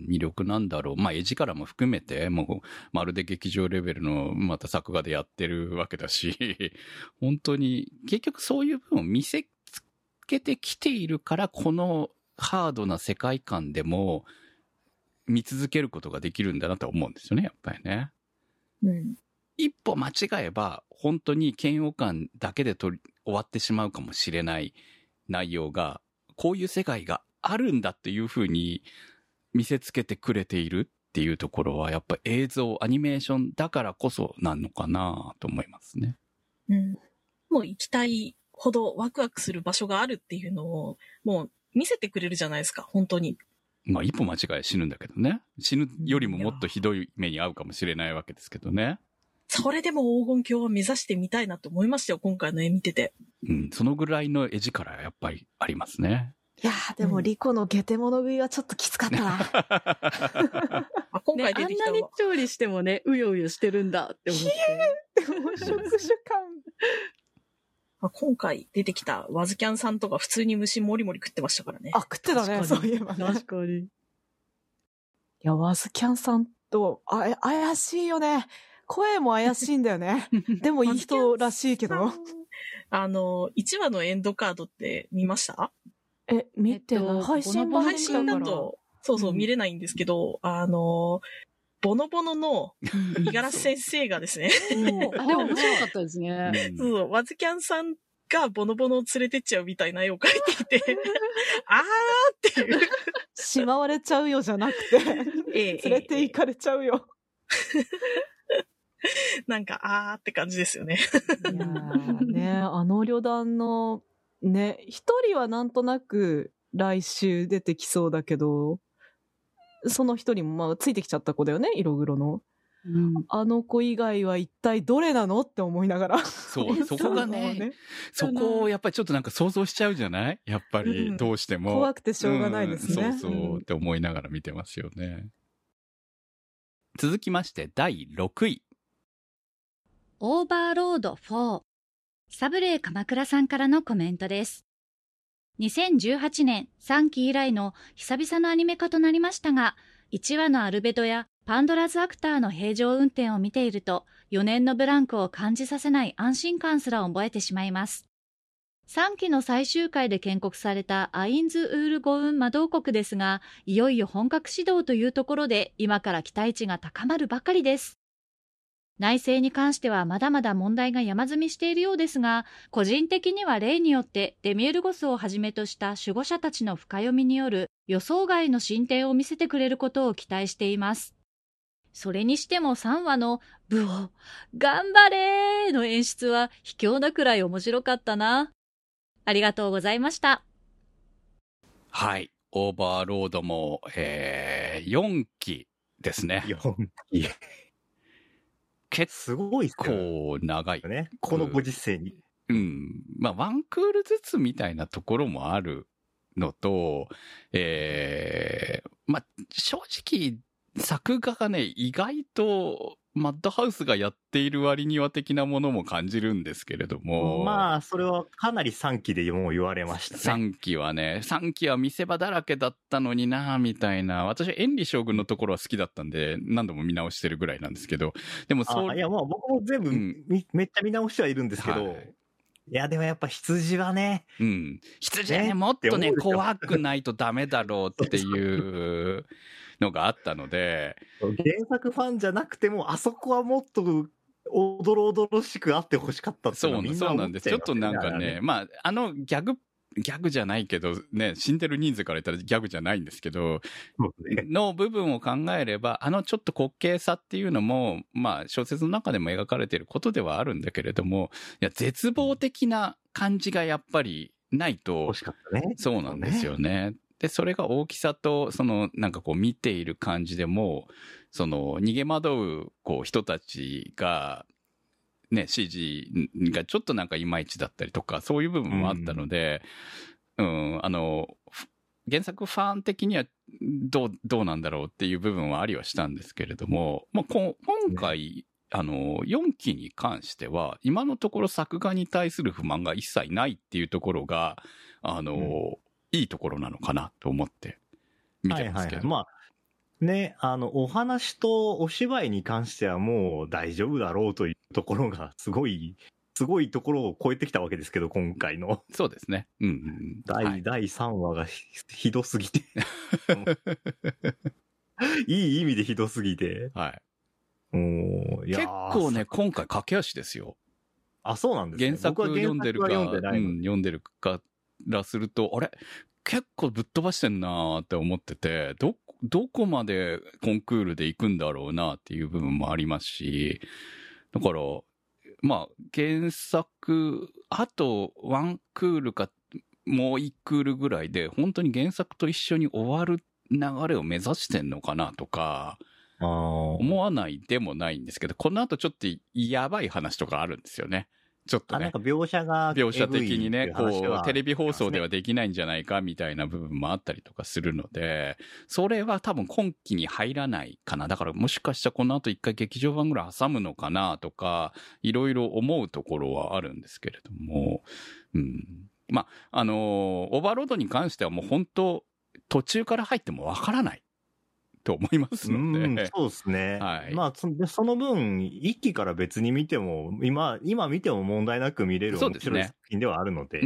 魅力なんだろう。まあ絵力も含めて、もうまるで劇場レベルのまた作画でやってるわけだし、本当に結局そういう部分を見せつけてきているから、このハードな世界観でも見続けることができるんだなと思うんですよね、やっぱりね。 うん、 一歩間違えば本当に嫌悪感だけで取り終わってしまうかもしれない内容が、こういう世界があるんだっていう風に見せつけてくれているっていうところは、やっぱ映像アニメーションだからこそなのかなと思いますね。 うん、もう行きたいほどワクワクする場所があるっていうのをもう見せてくれるじゃないですか、本当に。 まあ一歩間違え死ぬんだけどね。死ぬよりももっとひどい目に遭うかもしれないわけですけどね。 それでも黄金鏡は目指してみたいなと思いましたよ、今回の絵見てて。 うん、そのぐらいの絵力はやっぱりありますね。 いやー、でもリコのゲテモノ食いはちょっときつかったな。 あ、今回出てきたわ、 ね、あんなに調理してもね、うようよしてるんだって思って。 でも触手感。 今回出てきたワズキャンさんとか普通に虫もりもり食ってましたからね。 あ、食ってたね、そういえば。 確かに。いや、ワズキャンさんと、あ、怪しいよね。声も怪しいんだよね。でもいい人らしいけど。 あの、いちわのエンドカードって見ました？ え、見てない。えっと、配信版配信だと、そうそう、うん、見れないんですけど、あの、ボノボノの五十嵐先生がですね。 あ、でも面白かったですね。 そうそう、ワズキャンさんがボノボノを連れてっちゃうみたいな絵を描いていて、あーっていう。 しまわれちゃうよじゃなくて、連れて行かれちゃうよ。 なんか、あーって感じですよね。 いやーね、あの旅団の、ね、一人はなんとなく来週出てきそうだけど、その一人もまあついてきちゃった子だよね、色黒の。うん、あの子以外は一体どれなのって思いながら。 そう、そこがね、ねそこをやっぱりちょっとなんか想像しちゃうじゃない？やっぱりどうしても。 うん、怖くてしょうがないですね。 うん、そうそうって思いながら見てますよね。続きましてだいろくい。 オーバーロードフォー。サブレイ鎌倉さんからのコメントです。にせんじゅうはちねんさんき以来の久々のアニメ化となりましたが、いちわのアルベドやパンドラズアクターの平常運転を見ていると、よねんのブランクを感じさせない安心感すら覚えてしまいます。さんきの最終回で建国されたアインズ・ウールゴウン魔導国ですが、いよいよ本格始動というところで今から期待値が高まるばかりです。内政に関してはまだまだ問題が山積みしているようですが、個人的には例によってデミエルゴスをはじめとした守護者たちの深読みによる予想外の進展を見せてくれることを期待しています。それにしてもさんわのブオ、頑張れーの演出は卑怯なくらい面白かったな。ありがとうございました。 はい、オーバーロードも、えー、よんきですね。 よんき。 結構長いよね。このご時世に。 うん。まあ、ワンクールずつみたいなところもあるのと、えー、まあ、正直、作画がね、意外と、マッドハウスがやっている割には的なものも感じるんですけれども。 まあ、それはかなりさんきでもう言われましたね。 さんきはね、さんきは見せ場だらけだったのになみたいな。私はエンリ将軍のところは好きだったんで、何度も見直してるぐらいなんですけど。でもそう。 いや、まあ僕も全部、うん、めっちゃ見直してはいるんですけど。はい、いや、でもやっぱ羊はね。 うん。羊はね、もっとね、怖くないとダメだろうっていうのがあったので。 原作ファンじゃなくても、あそこはもっとおどろおどろしくあってほしかったっていうのはみんな思っちゃいますね。そうなんです。 ちょっとなんかね、まあ、あのギャグ、ギャグじゃないけど、ね、死んでる人数から言ったらギャグじゃないんですけど、ね、の部分を考えれば、あのちょっと滑稽さっていうのも、まあ小説の中でも描かれていることではあるんだけれども、いや、絶望的な感じがやっぱりないと、 欲しかったね。 そうなんですよね。で、それが大きさと、その、なんかこう見ている感じでも、その、逃げ惑う、こう、人たちが、ね、シージー がちょっとなんかいまいちだったりとか、そういう部分もあったので、うん、うん、あの、原作ファン的にはどう、どうなんだろうっていう部分はありはしたんですけれども、まあ、こ今回、 あの、よんきに関しては、今のところ作画に対する不満が一切ないっていうところが、あの、うん、いいところなのかなと思って見てますけど。はいはいはい、 まあね、あの、お話とお芝居に関してはもう大丈夫だろうというところが、すごい、すごいところを超えてきたわけですけど、今回の。 そうですね。うん、うん。 第、はい、だいさんわが ひ, ひどすぎて。いい意味でひどすぎて。 はい。 もう、いや結構ね、今回駆け足ですよ。 あ、そうなんですね。 原作読んでるか、 読んでないの、 うん、読んでるからすると、あれ結構ぶっ飛ばしてんなーって思ってて、ど、どこまでコンクールで行くんだろうなっていう部分もありますし、だから、まあ、原作、あとワンクールか、もう一クールぐらいで、本当に原作と一緒に終わる流れを目指してんのかなとか、思わないでもないんですけど、この後ちょっとやばい話とかあるんですよね。ちょっとね。 なんか描写が描写的にね、こう、テレビ放送ではできないんじゃないかみたいな部分もあったりとかするので、それは多分今期に入らないかな。だからもしかしたらこの後一回劇場版ぐらい挟むのかなとか、いろいろ思うところはあるんですけれども、うん。まあ、あのー、オーバーロードに関してはもう本当、途中から入ってもわからない。と思いますので。 うん、そうですね。はい。まあ、そ, その分、一期から別に見ても、今、今見ても問題なく見れる面白い作品ではあるので。 うん。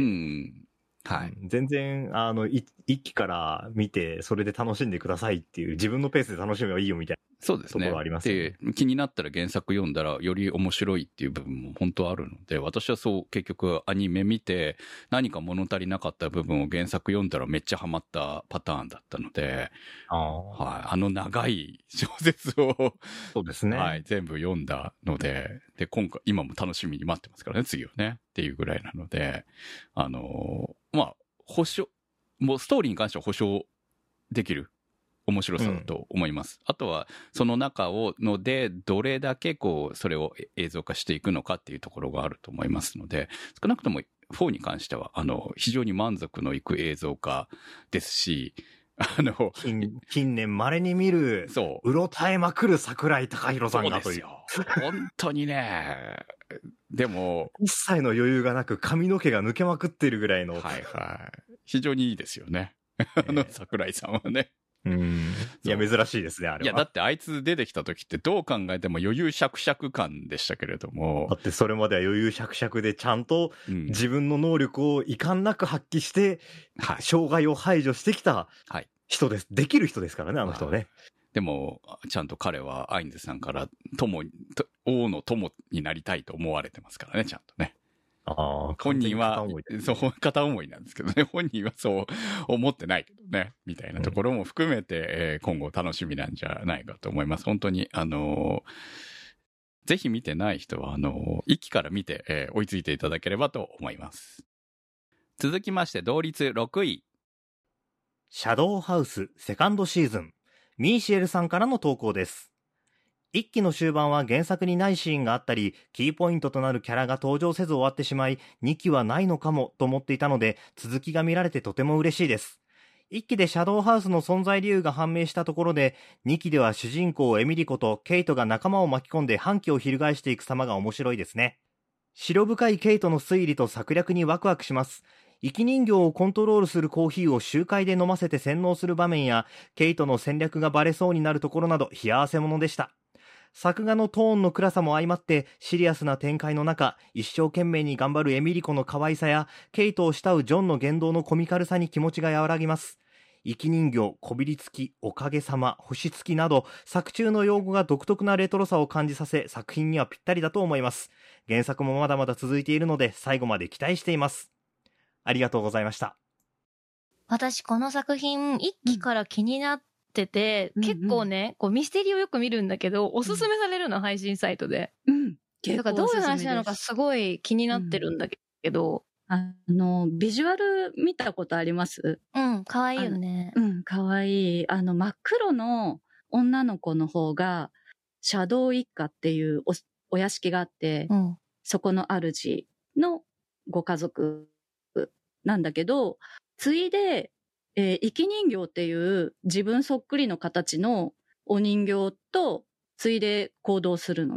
はい。 全然、あの、一期から見て、それで楽しんでくださいっていう、自分のペースで楽しめばいいよみたいな。 そうですね。 ところありますね。 で、気になったら原作読んだらより面白いっていう部分も本当あるので、私はそう結局アニメ見て何か物足りなかった部分を原作読んだらめっちゃハマったパターンだったので、 あ, はい、あの長い小説をそうですね。 はい、全部読んだので、で、今回、今も楽しみに待ってますからね、次をね、っていうぐらいなので、あのー、まあ、保証、もうストーリーに関しては保証できる。面白さだと思います。うん、あとは、その中を、ので、どれだけこう、それを映像化していくのかっていうところがあると思いますので、少なくともフォーに関しては、あの、非常に満足のいく映像化ですし、あの、 近, 近年稀に見る、そう。うろたえまくる桜井貴弘さんがという。 そうですよ。本当にね、でも、 一切の余裕がなく髪の毛が抜けまくっているぐらいの。 はいはい。非常にいいですよね。あの、桜井さんはね。 うん。いや、珍しいですね、あれは。 いや、だってあいつ出てきた時ってどう考えても余裕しゃくしゃく感でしたけれども。 だってそれまでは余裕しゃくしゃくでちゃんと自分の能力を遺憾なく発揮して、はい、障害を排除してきた人です。できる人ですからね、あの人はね。 でも、ちゃんと彼はアインズさんから友、王の友になりたいと思われてますからね、ちゃんとね。 ああ、 本人は、そう、片思いなんですけどね、本人はそう思ってないけどね、みたいなところも含めて、うんえー、今後楽しみなんじゃないかと思います。本当に、あのー、ぜひ見てない人は、あのー、一期から見て、えー、追いついていただければと思います。続きまして、同率ろくい。 シャドウハウスセカンドシーズン、ミーシエルさんからの投稿です。一期の終盤は原作にないシーンがあったり、キーポイントとなるキャラが登場せず終わってしまい、にきはないのかもと思っていたので、続きが見られてとても嬉しいです。一期でシャドウハウスの存在理由が判明したところで、にきでは主人公エミリコとケイトが仲間を巻き込んで反旗を翻していく様が面白いですね。白深いケイトの推理と策略にワクワクします。生き人形をコントロールするコーヒーを集会で飲ませて洗脳する場面や、ケイトの戦略がバレそうになるところなど冷や汗ものでした。作画のトーンの暗さも相まってシリアスな展開の中、一生懸命に頑張るエミリコの可愛さやケイトを慕うジョンの言動のコミカルさに気持ちが和らぎます。生き人形、こびりつき、おかげさま、星付きなど作中の用語が独特なレトロさを感じさせ、作品にはぴったりだと思います。原作もまだまだ続いているので最後まで期待しています。ありがとうございました。 私この作品一期から気になってて、うん、結構ね、こうミステリーをよく見るんだけど、おすすめされるの、うん、配信サイトで。うん。だからどういう話なのかすごい気になってるんだけど。 うん、あの、ビジュアル見たことあります？ うん、かわいいよね。 うん、かわいい。あの、真っ黒の女の子の方が、シャドウ一家っていうお、お屋敷があって、うん、そこの主のご家族なんだけど、ついで、えー、生き人形っていう自分そっくりの形のお人形とついで行動するのね。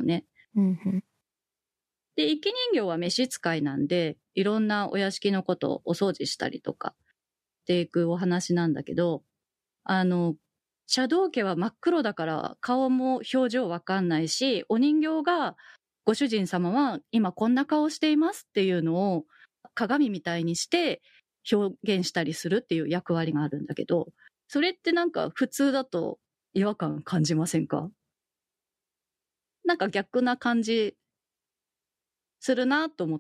うんうん、 で、生き人形は召使いなんで、いろんなお屋敷のことをお掃除したりとかしていくお話なんだけど、あの、シャドウ家は真っ黒だから顔も表情わかんないし、お人形がご主人様は今こんな顔していますっていうのを鏡みたいにして表現したりするっていう役割があるんだけど、それってなんか普通だと違和感感じませんか？なんか逆な感じするなと思って、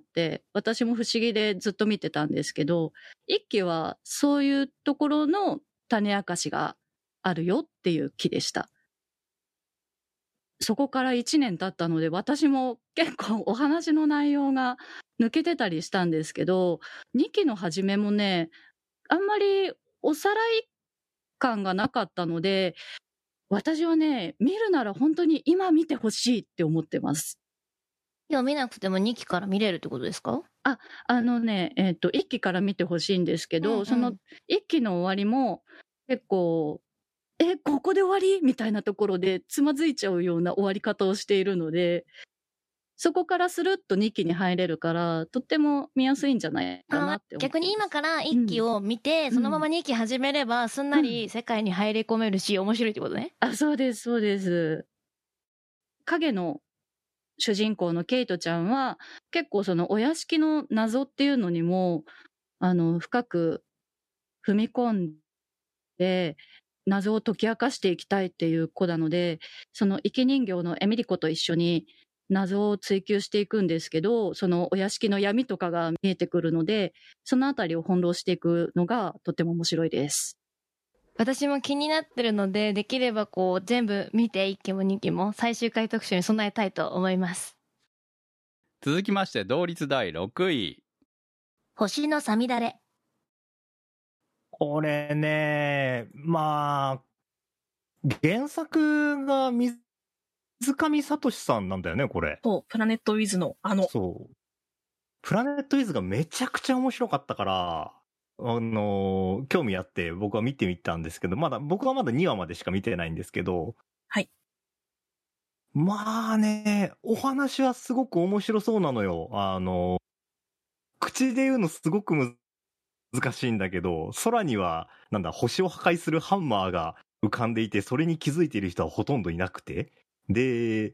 私も不思議でずっと見てたんですけど、一期はそういうところの種明かしがあるよっていう気でした。そこからいちねん経ったので、私も結構お話の内容が抜けてたりしたんですけど、にきの初めもね、あんまりおさらい感がなかったので、私はね、見るなら本当に今見てほしいって思ってます。 いや、見なくてもにきから見れるってことですか？ あ、あのね、えっと、いっきから見てほしいんですけど、うんうん、そのいっきの終わりも結構、え、ここで終わりみたいなところでつまずいちゃうような終わり方をしているので、そこからスルッとにきに入れるから、とっても見やすいんじゃないかなって思って。 逆に今からいっきを見て、うん、そのままにき始めれば、すんなり世界に入り込めるし、うん、面白いってことね。 あ、そうです、そうです。影の主人公のケイトちゃんは、結構そのお屋敷の謎っていうのにも、あの、深く踏み込んで、謎を解き明かしていきたいっていう子なので、その生き人形のエミリコと一緒に謎を追求していくんですけど、そのお屋敷の闇とかが見えてくるので、そのあたりを翻弄していくのがとても面白いです。 私も気になってるので、できればこう全部見ていっきもにきも最終回特集に備えたいと思います。 続きまして同率だいろくい、 星のさみだれ。 これね、まあ原作が水上聡さんなんだよね、これ。 そう、プラネットウィズのあの。 そう。プラネットウィズがめちゃくちゃ面白かったから、あのー、興味あって僕は見てみたんですけど、まだ、僕はまだにわまでしか見てないんですけど。 はい。 まあね、お話はすごく面白そうなのよ。あのー、口で言うのすごく難しいんだけど、空には、なんだ、星を破壊するハンマーが浮かんでいて、それに気づいている人はほとんどいなくて、で、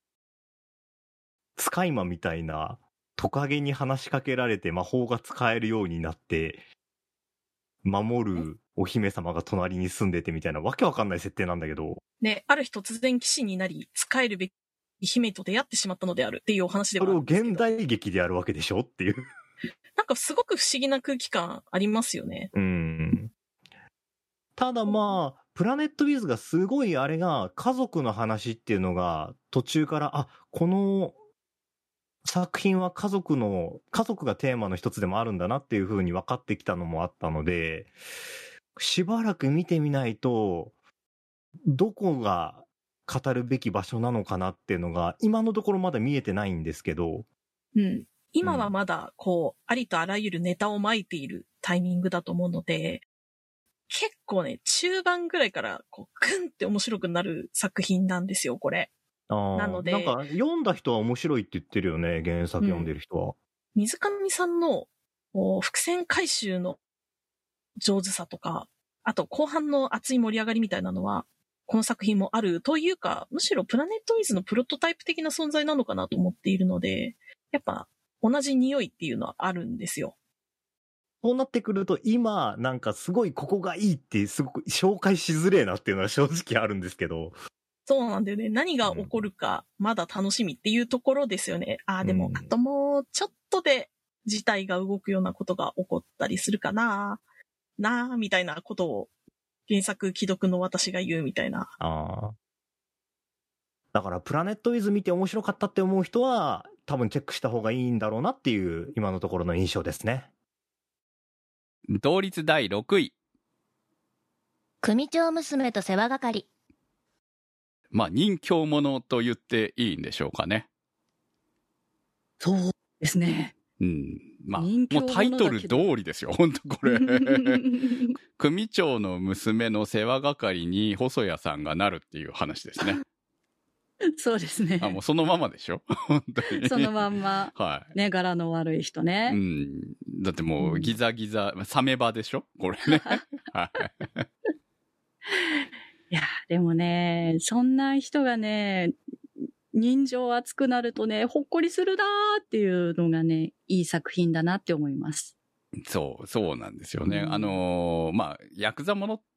スカイマンみたいなトカゲに話しかけられて魔法が使えるようになって、守るお姫様が隣に住んでてみたいなわけわかんない設定なんだけど。 ね、ある日突然騎士になり、仕えるべき姫と出会ってしまったのであるっていうお話ではあるんですけど。 それを現代劇でやるわけでしょっていう。 なんかすごく不思議な空気感ありますよね。 うん。ただまあ、プラネットウィズがすごいあれが家族の話っていうのが途中から、あ、この作品は家族の、家族がテーマの一つでもあるんだなっていう風に分かってきたのもあったので、しばらく見てみないと、どこが語るべき場所なのかなっていうのが今のところまだ見えてないんですけど。 うん。今はまだこう、うん、ありとあらゆるネタを巻いているタイミングだと思うので、結構ね、中盤ぐらいからこうグンって面白くなる作品なんですよ、これ。 あなので、なんか読んだ人は面白いって言ってるよね、原作読んでる人は。うん、 水上さんの伏線回収の上手さとか、あと後半の熱い盛り上がりみたいなのは、この作品もあるというか、むしろプラネットウィズのプロトタイプ的な存在なのかなと思っているので、やっぱ同じ匂いっていうのはあるんですよ。 そうなってくると今なんかすごいここがいいってすごく紹介しづれえなっていうのは正直あるんですけど。 そうなんだよね。何が起こるかまだ楽しみっていうところですよね。うん、ああ、でもあともうちょっとで事態が動くようなことが起こったりするかななあみたいなことを原作既読の私が言うみたいな。 ああ。だからプラネットウィズ見て面白かったって思う人は多分チェックした方がいいんだろうなっていう今のところの印象ですね。 同率だいろくい、 組長娘と世話係。 まあ人気者と言っていいんでしょうかね。 そうですね。 うん、まあもうタイトル通りですよ、本当これ。組長の娘の世話係に細谷さんがなるっていう話ですね。 そうですね。 あ、もうそのままでしょ本当に。 そのまんま。はい。ね、柄の悪い人ね。 うん。だってもう、ギザギザ、うん、サメバでしょこれね。はい。 いや、でもね、そんな人がね、人情熱くなるとね、ほっこりするなーっていうのがね、いい作品だなって思います。 そう、そうなんですよね。うん、あのー、まあ、ヤクザものって、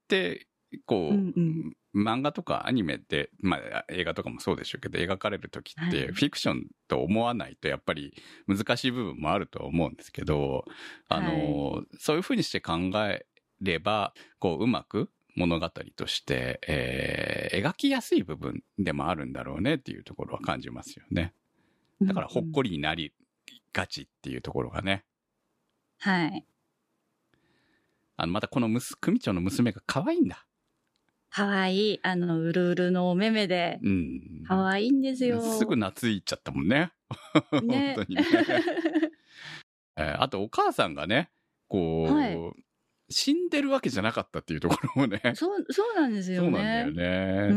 こう、うんうん、漫画とかアニメで、まあ、映画とかもそうでしょうけど、描かれるときって、フィクションと思わないと、やっぱり難しい部分もあると思うんですけど、あのーはい、そういうふうにして考えれば、こう、うまく物語として、えー、描きやすい部分でもあるんだろうねっていうところは感じますよね。だから、ほっこりになりがちっていうところがね。 はい。 あの、またこのむす、組長の娘が可愛いんだ。 かわいい。あの、うるうるのお目目で。うん。かわいいんですよ。 すぐ懐いちゃったもんね。ね本当にね。えー、あと、お母さんがね、こう、はい、死んでるわけじゃなかったっていうところもね。 そう、そうなんですよね。 そうなんだよね。うん、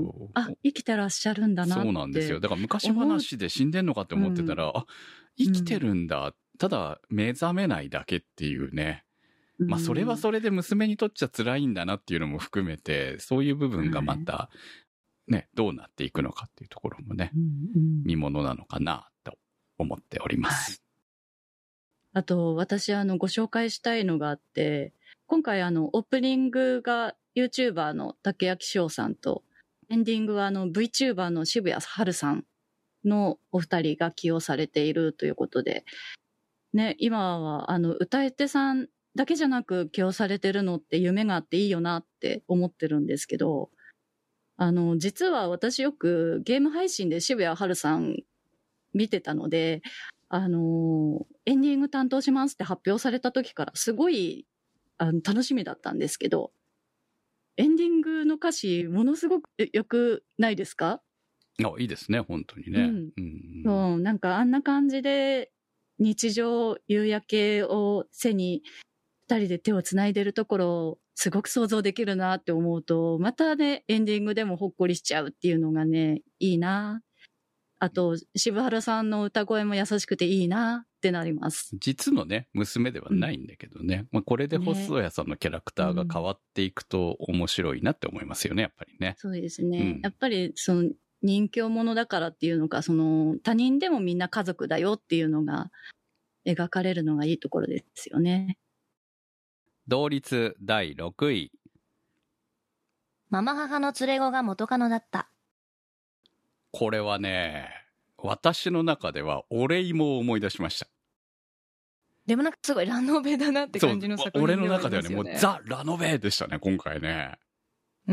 そう。 あ、生きてらっしゃるんだなって。 そうなんですよ。だから昔話で死んでんのかって思ってたら、うん、あ、生きてるんだ。ただ、目覚めないだけっていうね。まあ、それはそれで娘にとっちゃ辛いんだなっていうのも含めて、そういう部分がまた、ね、どうなっていくのかっていうところもね、見ものなのかなと思っております。 あと、私、あの、ご紹介したいのがあって、今回、あの、オープニングが YouTuber の竹谷翔さんと、エンディングはあの VTuber の渋谷春さんのお二人が起用されているということで、ね、今は、あの、歌い手さんだけじゃなく起用されてるのって夢があっていいよなって思ってるんですけど、あの、実は私よくゲーム配信で渋谷春さん見てたので、あの、エンディング担当しますって発表された時からすごいあの楽しみだったんですけど、エンディングの歌詞ものすごく良くないですか？ あ、いいですね、本当にね。うんうん、そう、なんかあんな感じで日常夕焼けを背に二人で手をつないでるところをすごく想像できるなって思うと、またね、エンディングでもほっこりしちゃうっていうのがね、いいな。あと、渋原さんの歌声も優しくていいなってなります。 実のね、娘ではないんだけどね。うん、まあ、これで細谷さんのキャラクターが変わっていくと面白いなって思いますよね、やっぱりね。 そうですね。うん、やっぱり、その、人形者だからっていうのか、その、他人でもみんな家族だよっていうのが、描かれるのがいいところですよね。 同率だいろくい。 ママ母の連れ子が元カノだった。 これはね、私の中ではお礼も思い出しました。 でもなんかすごいラノベだなって感じの作品ではありますよね。 俺の中ではね、もうザ・ラノベでしたね、今回ね。 うん。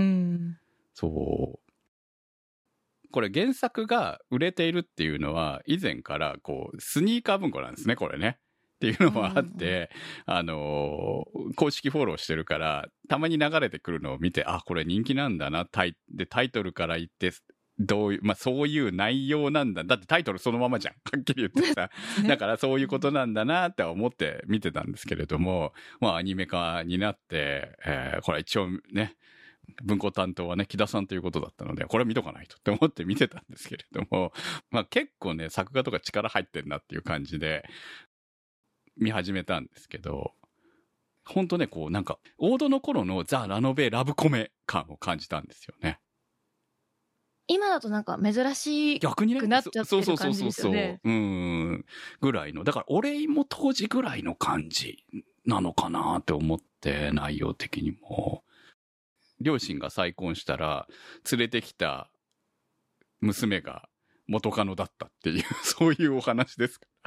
そう。これ原作が売れているっていうのは以前からこうスニーカー文庫なんですね、これね。っていうのもあって、うん、あのー、公式フォローしてるから、たまに流れてくるのを見て、あ、これ人気なんだな、タイ、で、タイトルから言って、どういう、まあ、そういう内容なんだ。だってタイトルそのままじゃん。はっきり言ってさ。だからそういうことなんだなって思って見てたんですけれども、まあ、アニメ化になって、えー、これ一応ね、文庫担当はね、木田さんということだったので、これ見とかないとって思って見てたんですけれども、まあ結構ね、作画とか力入ってんなっていう感じで、見始めたんですけど、ほんとね、こうなんか、王道の頃のザ・ラノベラブコメ感を感じたんですよね。 今だとなんか珍しくなっちゃってる感じですよね。そうそうそうそう。うん。 ぐらいの。だから、俺も当時ぐらいの感じなのかなって思って、内容的にも。両親が再婚したら、連れてきた娘が元カノだったっていう、そういうお話ですから。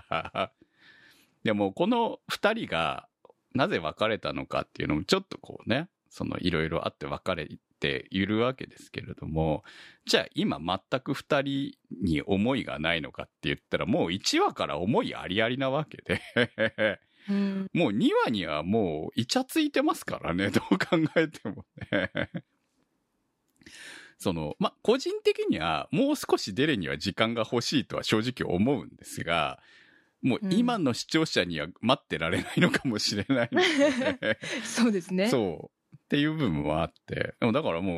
でも、この二人がなぜ別れたのかっていうのも、ちょっとこうね、そのいろいろあって別れているわけですけれども、じゃあ今全く二人に思いがないのかって言ったら、もういちわから思いありありなわけで、うん、もうにわにはもうイチャついてますからね、どう考えてもね。その、ま、個人的にはもう少しデレには時間が欲しいとは正直思うんですが、もう今の視聴者には待ってられないのかもしれないので、 うん、そうですね。 そう。っていう部分はあって。でもだからもう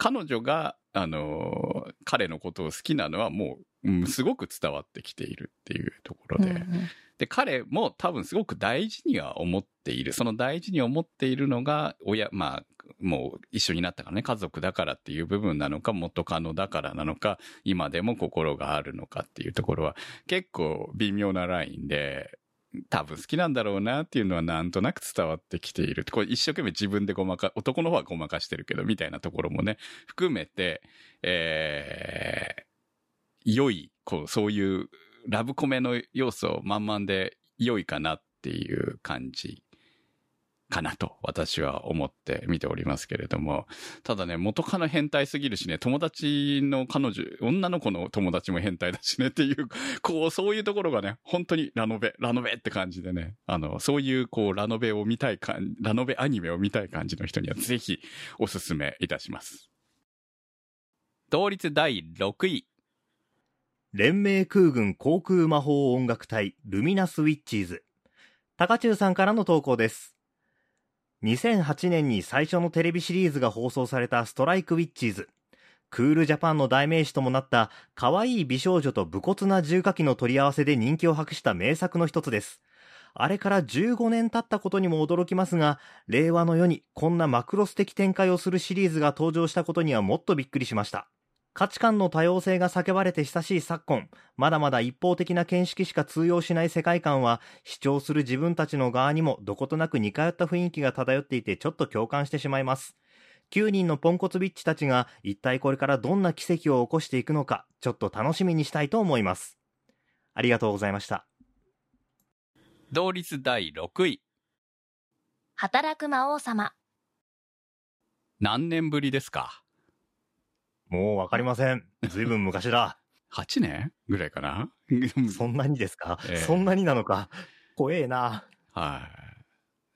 彼女が、あのー、彼のことを好きなのはもう、うん、すごく伝わってきているっていうところで、うんうん、で、彼も多分すごく大事には思っている。その大事に思っているのが、親、まあ、もう一緒になったからね、家族だからっていう部分なのか、元カノだからなのか、今でも心があるのかっていうところは、結構微妙なラインで、多分好きなんだろうなっていうのはなんとなく伝わってきている。これ一生懸命自分でごまか、男の方はごまかしてるけど、みたいなところもね、含めて、えー、良い、こう、そういうラブコメの要素満々で良いかなっていう感じかなと私は思って見ておりますけれども、ただね、元カノ変態すぎるしね、友達の彼女、女の子の友達も変態だしねっていう、こう、そういうところがね、本当にラノベ、ラノベって感じでね、あの、そういうこう、ラノベを見たいかん、ラノベアニメを見たい感じの人にはぜひおすすめいたします。同率だいろくい。 連盟空軍航空魔法音楽隊ルミナスウィッチーズ。高中さんからの投稿です。にせんはちねんに最初のテレビシリーズが放送されたストライクウィッチーズ。クールジャパンの代名詞ともなった可愛い美少女と武骨な重火器の取り合わせで人気を博した名作の一つです。あれからじゅうごねん経ったことにも驚きますが、令和の世にこんなマクロス的展開をするシリーズが登場したことにはもっとびっくりしました。価値観の多様性が叫ばれて久しい昨今、まだまだ一方的な見識しか通用しない世界観は、主張する自分たちの側にもどことなく似通った雰囲気が漂っていてちょっと共感してしまいます。きゅうにんのポンコツビッチたちが一体これからどんな奇跡を起こしていくのか、ちょっと楽しみにしたいと思います。ありがとうございました。 同率だいろくい。 働く魔王様。 何年ぶりですか？ もうわかりません。ずいぶん昔だ。 はちねんぐらいかなそんなにですか、えー、そんなになのか。怖えな。 はい。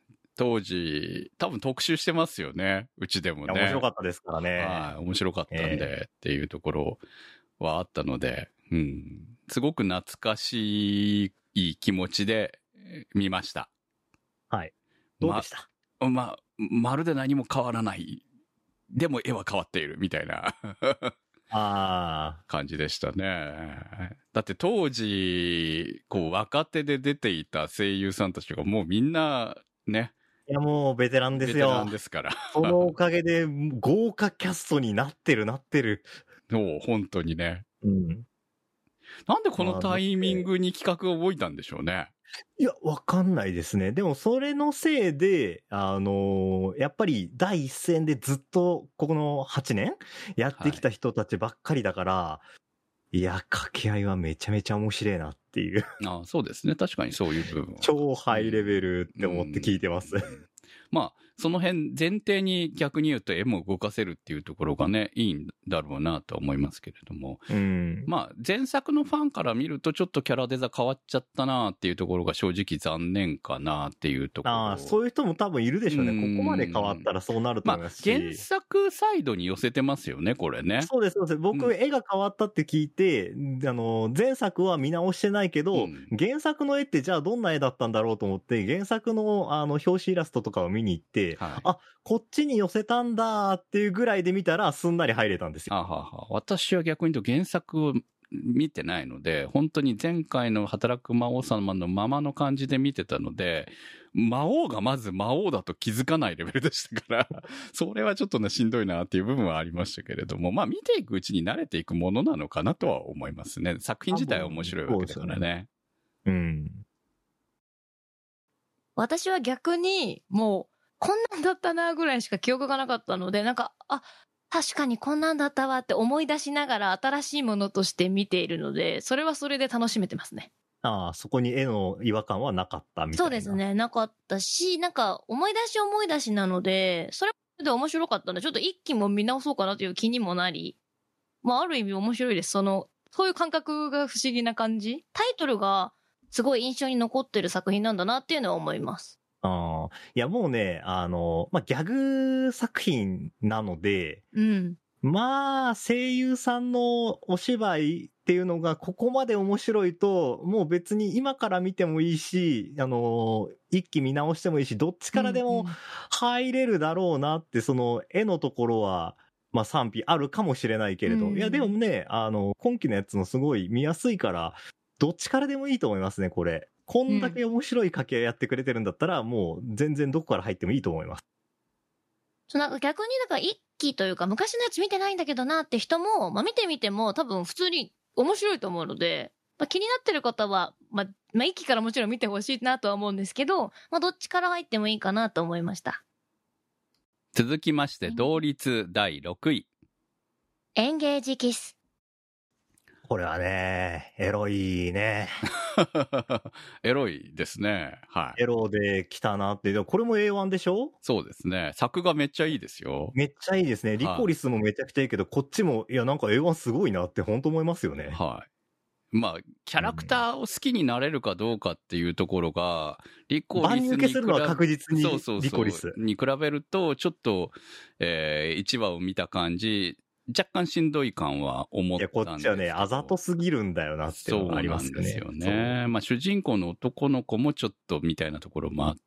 当時、多分特集してますよね。うちでもね。 面白かったですからね。 はい。面白かったんで、えー、っていうところはあったので、うん。すごく懐かしい気持ちで見ました。 はい。どうでした？ ま、ま、まるで何も変わらない。でも絵は変わっているみたいなあ感じでしたね。だって当時、こう若手で出ていた声優さんたちがもうみんなね。 いやもうベテランですよ。 ベテランですから。 そのおかげで豪華キャストになってるなってる。 もう本当にね。 うん。 なんでこのタイミングに企画を覚えたんでしょうね。 いや、わかんないですね。でも、それのせいで、あのー、やっぱり第一線でずっと、ここのはちねんやってきた人たちばっかりだから、はい、いや、掛け合いはめちゃめちゃ面白いなっていう。 ああ、そうですね。確かにそういう部分は。 超ハイレベルって思って聞いてます。 まあ、その辺前提に逆に言うと絵も動かせるっていうところがね、いいんだろうなとは思いますけれども。 うん、 まあ、前作のファンから見るとちょっとキャラデザ変わっちゃったなっていうところが正直残念かなっていうところ。 ああ、そういう人も多分いるでしょうね。ここまで変わったらそうなると思いますし。 まあ、原作サイドに寄せてますよね、これね。 そうです、そうです。僕、うん、絵が変わったって聞いて、あの、前作は見直してないけど、うん、原作の絵ってじゃあどんな絵だったんだろうと思って、原作のあの、表紙イラストとかを見に行って、はい、あ、こっちに寄せたんだっていうぐらいで見たらすんなり入れたんですよ。 あはは。私は逆に言うと原作を見てないので、本当に前回の働く魔王様のままの感じで見てたので、魔王がまず魔王だと気づかないレベルでしたから、それはちょっとね、しんどいなっていう部分はありましたけれども、まあ見ていくうちに慣れていくものなのかなとは思いますね。作品自体は面白いわけだからね。 うん。 私は逆に、もう、こんなんだったなぐらいしか記憶がなかったので、なんか、あ、確かにこんなんだったわって思い出しながら新しいものとして見ているので、それはそれで楽しめてますね。 ああ、そこに絵の違和感はなかったみたいな。 そうですね、なかったし、なんか思い出し思い出しなので、それで面白かったので、ちょっと一期も見直そうかなという気にもなり、まあある意味面白いです。その、そういう感覚が不思議な感じ。タイトルがすごい印象に残ってる作品なんだなっていうのは思います。 ああ、いやもうね、あの、まあ、ギャグ作品なので、 うん。 まあ、声優さんのお芝居っていうのがここまで面白いと、もう別に今から見てもいいし、あの、一気見直してもいいし、どっちからでも入れるだろうなって、その絵のところは、 まあ賛否あるかもしれないけれど、うん、いやでもね、あの、今期のやつもすごい見やすいから、どっちからでもいいと思いますね、これ。こんだけ面白い掛け合いやってくれてるんだったら、うん、もう全然どこから入ってもいいと思います。 そうなんか逆にだから一期というか昔のやつ見てないんだけどなって人も、まあ見てみても多分普通に面白いと思うので、まあ、気になってる方は、まあ、まあ一期からもちろん見てほしいなとは思うんですけど、まあどっちから入ってもいいかなと思いました。 続きまして同率だいろくい。 エンゲージキス。 これはね、エロいね。 エロいですね。はい。 エロで来たなって。でもこれも エーワン でしょ？ そうですね。作画めっちゃいいですよ。 めっちゃいいですね。リコリスもめちゃくちゃいいけど、はい、こっちも、いやなんか エーワン すごいなって本当思いますよね。 はい。まあ、キャラクターを好きになれるかどうかっていうところが、リコリスに比べ、 万抜けするのは確実にリコリス。 そうそうそうに比べると、ちょっと、えー、いちわを見た感じ、若干しんどい感は思ったんですけど。いや、 こっちはね、あざとすぎるんだよなっていうのがありますよね。 そうなんですよね。まあ、主人公の男の子もちょっとみたいなところもあって、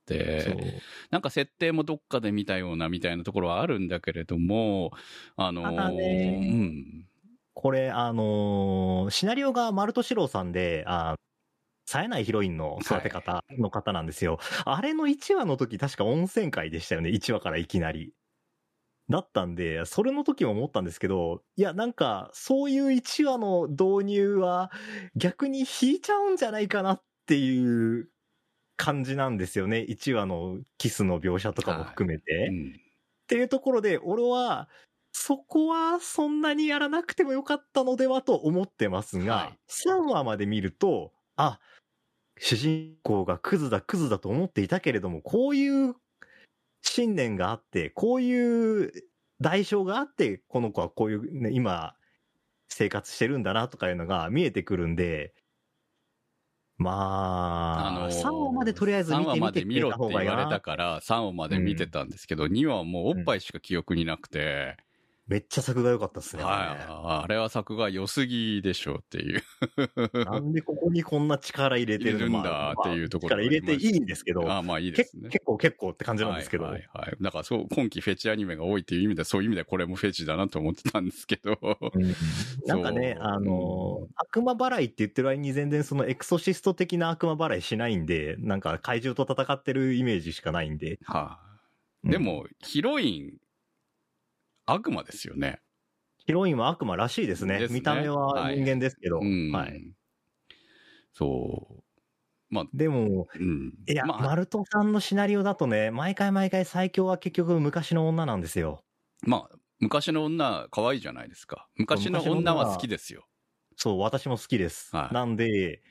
なんか設定もどっかで見たようなみたいなところはあるんだけれども、あのー、 ただね、うん。これ、あのー、シナリオがマルトシローさんで、あ冴えないヒロインの育て方の方なんですよ。はい、あれのいちわの時確か温泉会でしたよね。いちわからいきなり。だったんで、それの時も思ったんですけど、いや、なんか、そういういちわの導入は逆に引いちゃうんじゃないかなっていう感じなんですよね。いちわのキスの描写とかも含めて。はい、うん、っていうところで、俺は、そこはそんなにやらなくてもよかったのではと思ってますが、はい、さんわまで見ると、あ、主人公がクズだクズだと思っていたけれども、こういう信念があって、こういう代償があって、この子はこういう、ね、今、生活してるんだなとかいうのが見えてくるんで、まあ、あのー、さんわまでとりあえず見てみてくれた方がいいな。さんわまで見ろって言われたから、さんわまで見てたんですけど、うん、にわはもうおっぱいしか記憶になくて、うん、めっちゃ作画良かったっすね。 はい、あれは作画良すぎでしょうっていう。 なんでここにこんな力入れてるのいるんだっていうところ、 まあ、力入れていいんですけど。 あまあいいですね。 結構結構って感じなんですけど。 はいはい、はい。だからそう、今期フェチアニメが多いっていう意味で、そういう意味でこれもフェチだなと思ってたんですけど。うん、 なんかね、あの、悪魔払いって言ってる間に全然そのエクソシスト的な悪魔払いしないんで、なんか怪獣と戦ってるイメージしかないんで。 はあ、でも、うん、ヒロイン、悪魔ですよね。 ヒロインは悪魔らしいですね。ですね、見た目は人間ですけど。はい。うんはい、 そう。まあ。 でも、うん、いや、まあ、マルトさんのシナリオだとね、毎回毎回最強は結局昔の女なんですよ。 まあ、昔の女、可愛いじゃないですか。昔の女は好きですよ。 そう、私も好きです。はい、なんで、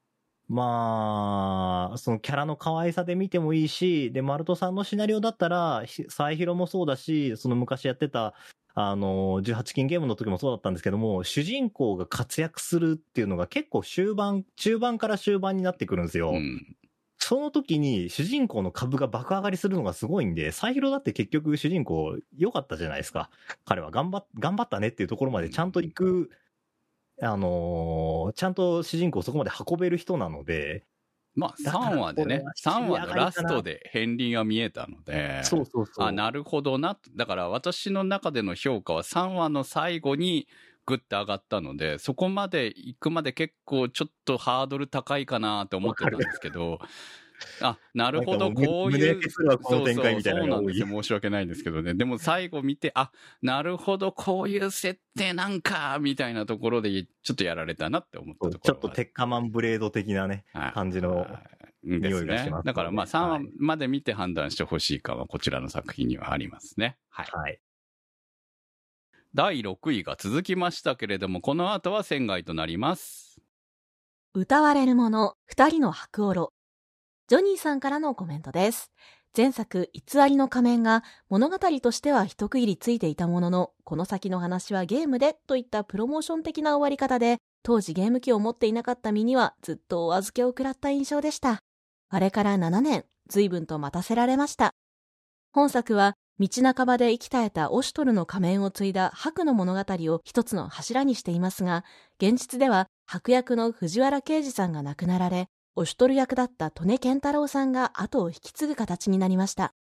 まあ、そのキャラの可愛さで見てもいいし、で、マルトさんのシナリオだったら、サイヒロもそうだし、その昔やってた、あの、じゅうはち禁ゲームの時もそうだったんですけども、主人公が活躍するっていうのが結構終盤、中盤から終盤になってくるんですよ。うん、その時に主人公の株が爆上がりするのがすごいんで、サイヒロだって結局主人公良かったじゃないですか。彼は頑張っ、頑張ったねっていうところまでちゃんと行く、あのー、ちゃんと主人公をそこまで運べる人なので、 まあさんわでね、さんわのラストで片鱗が見えたので、 そうそうそう。 あ、なるほどな。だから私の中での評価はさんわの最後にグッと上がったので、そこまで行くまで結構ちょっとハードル高いかなって思ってたんですけど、あ、なるほど、こういう、 そうそう、 そうなんですよ。申し訳ないんですけどね。でも最後見て、あ、なるほど、こういう設定なんか、みたいなところで、ちょっとやられたなって思ったところ。 ちょっと鉄火マンブレード的なね、はい、感じの匂いがします、ね。 だからまあさんわまで見て判断してほしいかは、こちらの作品にはありますね。はい。はい、だいろくいが続きましたけれども、この後は仙外となります。 歌われる者、二人の白オロ。ジョニーさんからのコメントです。前作、偽りの仮面が物語としては一区切りついていたものの、この先の話はゲームでといったプロモーション的な終わり方で、当時ゲーム機を持っていなかった身にはずっとお預けを食らった印象でした。あれからななねん、随分と待たせられました。本作は、道半ばで生き絶えたオシュトルの仮面を継いだ白の物語を一つの柱にしていますが、現実では白役の藤原啓治さんが亡くなられ、オシュトル役だった利根健太郎さんが後を引き継ぐ形になりました。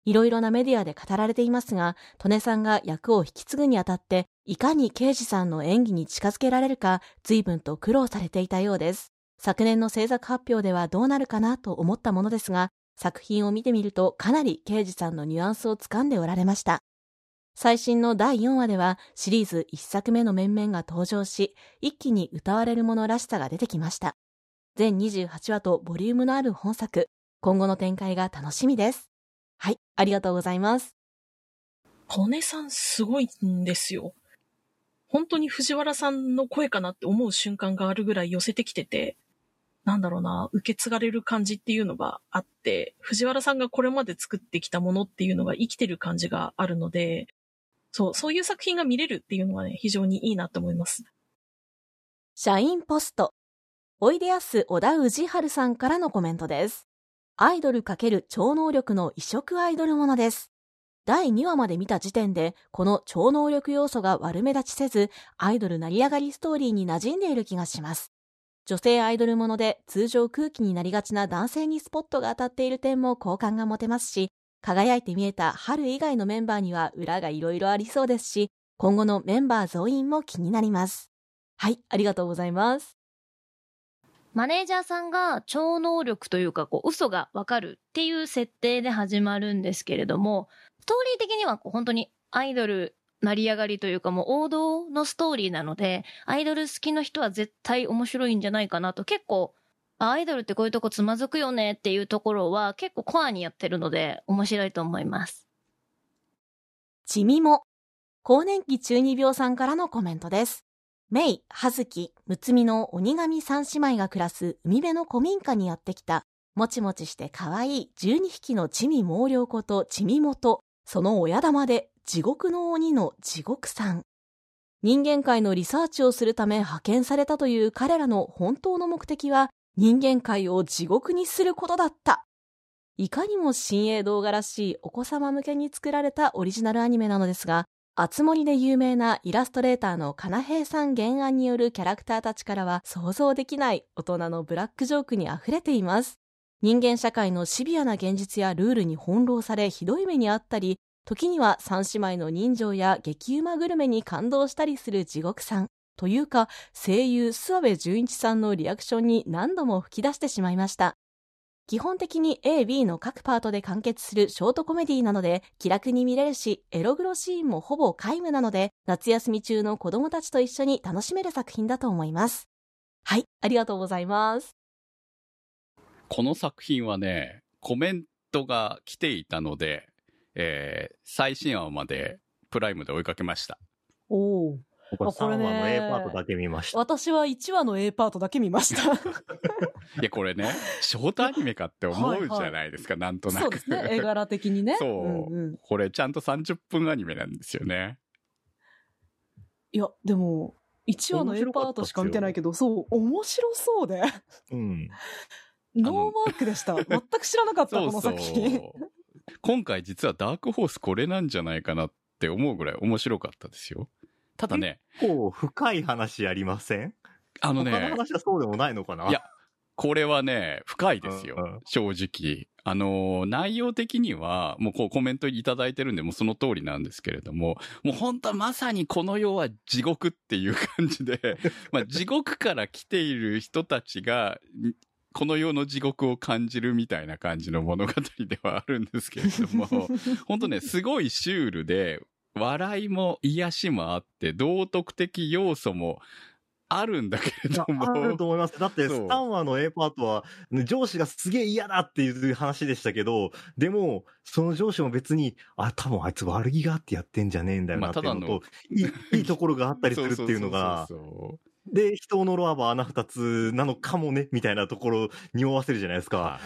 いろいろなメディアで語られていますが、利根さんが役を引き継ぐにあたって、いかに刑事さんの演技に近づけられるか、随分と苦労されていたようです。昨年の制作発表ではどうなるかなと思ったものですが、作品を見てみるとかなり刑事さんのニュアンスをつかんでおられました。最新のだいよんわではシリーズいっさくめの面々が登場し、一気に歌われるものらしさが出てきました。全にじゅうはちわとボリュームのある本作、今後の展開が楽しみです。はい、ありがとうございます。 利根さんすごいんですよ。本当に藤原さんの声かなって思う瞬間があるぐらい寄せてきてて、なんだろうな、受け継がれる感じっていうのがあって、藤原さんがこれまで作ってきたものっていうのが生きてる感じがあるので、そう、そういう作品が見れるっていうのはね、非常にいいなと思います。 社員ポスト、おいでやす小田氏春さんからのコメントです。アイドル×超能力の異色アイドルものです。だいにわまで見た時点で、この超能力要素が悪目立ちせず、アイドル成り上がりストーリーに馴染んでいる気がします。女性アイドルもので通常空気になりがちな男性にスポットが当たっている点も好感が持てますし、輝いて見えた春以外のメンバーには裏がいろいろありそうですし、今後のメンバー増員も気になります。はい、ありがとうございます。 マネージャーさんが超能力というかこう嘘がわかるっていう設定で始まるんですけれども、ストーリー的にはこう本当にアイドル成り上がりというかもう王道のストーリーなので、アイドル好きの人は絶対面白いんじゃないかなと。結構アイドルってこういうとこつまずくよねっていうところは結構コアにやってるので面白いと思います。 ちみも更年期中二病さんからのコメントです。メイ、葉月、むつみの鬼神三姉妹が暮らす海辺の古民家にやってきた、もちもちして可愛いじゅうにひきのちみ猛量子とちみもと、その親玉で地獄の鬼の地獄さん。人間界のリサーチをするため派遣されたという彼らの本当の目的は、人間界を地獄にすることだった。いかにも新鋭動画らしいお子様向けに作られたオリジナルアニメなのですが、あつ森で有名なイラストレーターのかなへいさん原案によるキャラクターたちからは想像できない大人のブラックジョークにあふれています。人間社会のシビアな現実やルールに翻弄されひどい目にあったり、時には三姉妹の人情や激うまグルメに感動したりする地獄さん。というか、声優諏訪部純一さんのリアクションに何度も吹き出してしまいました。基本的に エービー の各パートで完結するショートコメディなので気楽に見れるし、エログロシーンもほぼ皆無なので、夏休み中の子供たちと一緒に楽しめる作品だと思います。はい、ありがとうございます。 この作品はね、コメントが来ていたので、えー、最新話までプライムで追いかけました。 おー。 これさんわの A パートだけ見ました。 私はいちわの A パートだけ見ました。 いや、これね、ショートアニメかって思うじゃないですか、はいはい、なんとなく。 そうですね、絵柄的にね。 そう、うんうん。これちゃんとさんじゅっぷんアニメなんですよね。 いや、でも、いちわの A パートしか見てないけど、そう、面白そうで。 うん。 ノーマークでした。全く知らなかった、この作品。そうそう今回実はダークホースこれなんじゃないかなって思うぐらい面白かったですよ。ただね。 結構深い話ありません？ あのね。 他の話はそうでもないのかな？ いや、これはね、深いですよ。うんうん、正直。あの、内容的には、もうこうコメントいただいてるんで、もうその通りなんですけれども、もう本当はまさにこの世は地獄っていう感じで、まあ地獄から来ている人たちが、この世の地獄を感じるみたいな感じの物語ではあるんですけれども、本当ね、すごいシュールで、笑いも癒しもあって、道徳的要素もあるんだけれども。 あると思います。だって、さんわの A パートは、上司がすげえ嫌だっていう話でしたけど、でも、その上司も別に、あ、多分あいつ悪気があってやってんじゃねえんだよなっていうのと、まあ、いい、いいところがあったりするっていうのが、そうそうそうそうで、人を呪わば穴二つなのかもね、みたいなところに匂わせるじゃないですか。はい、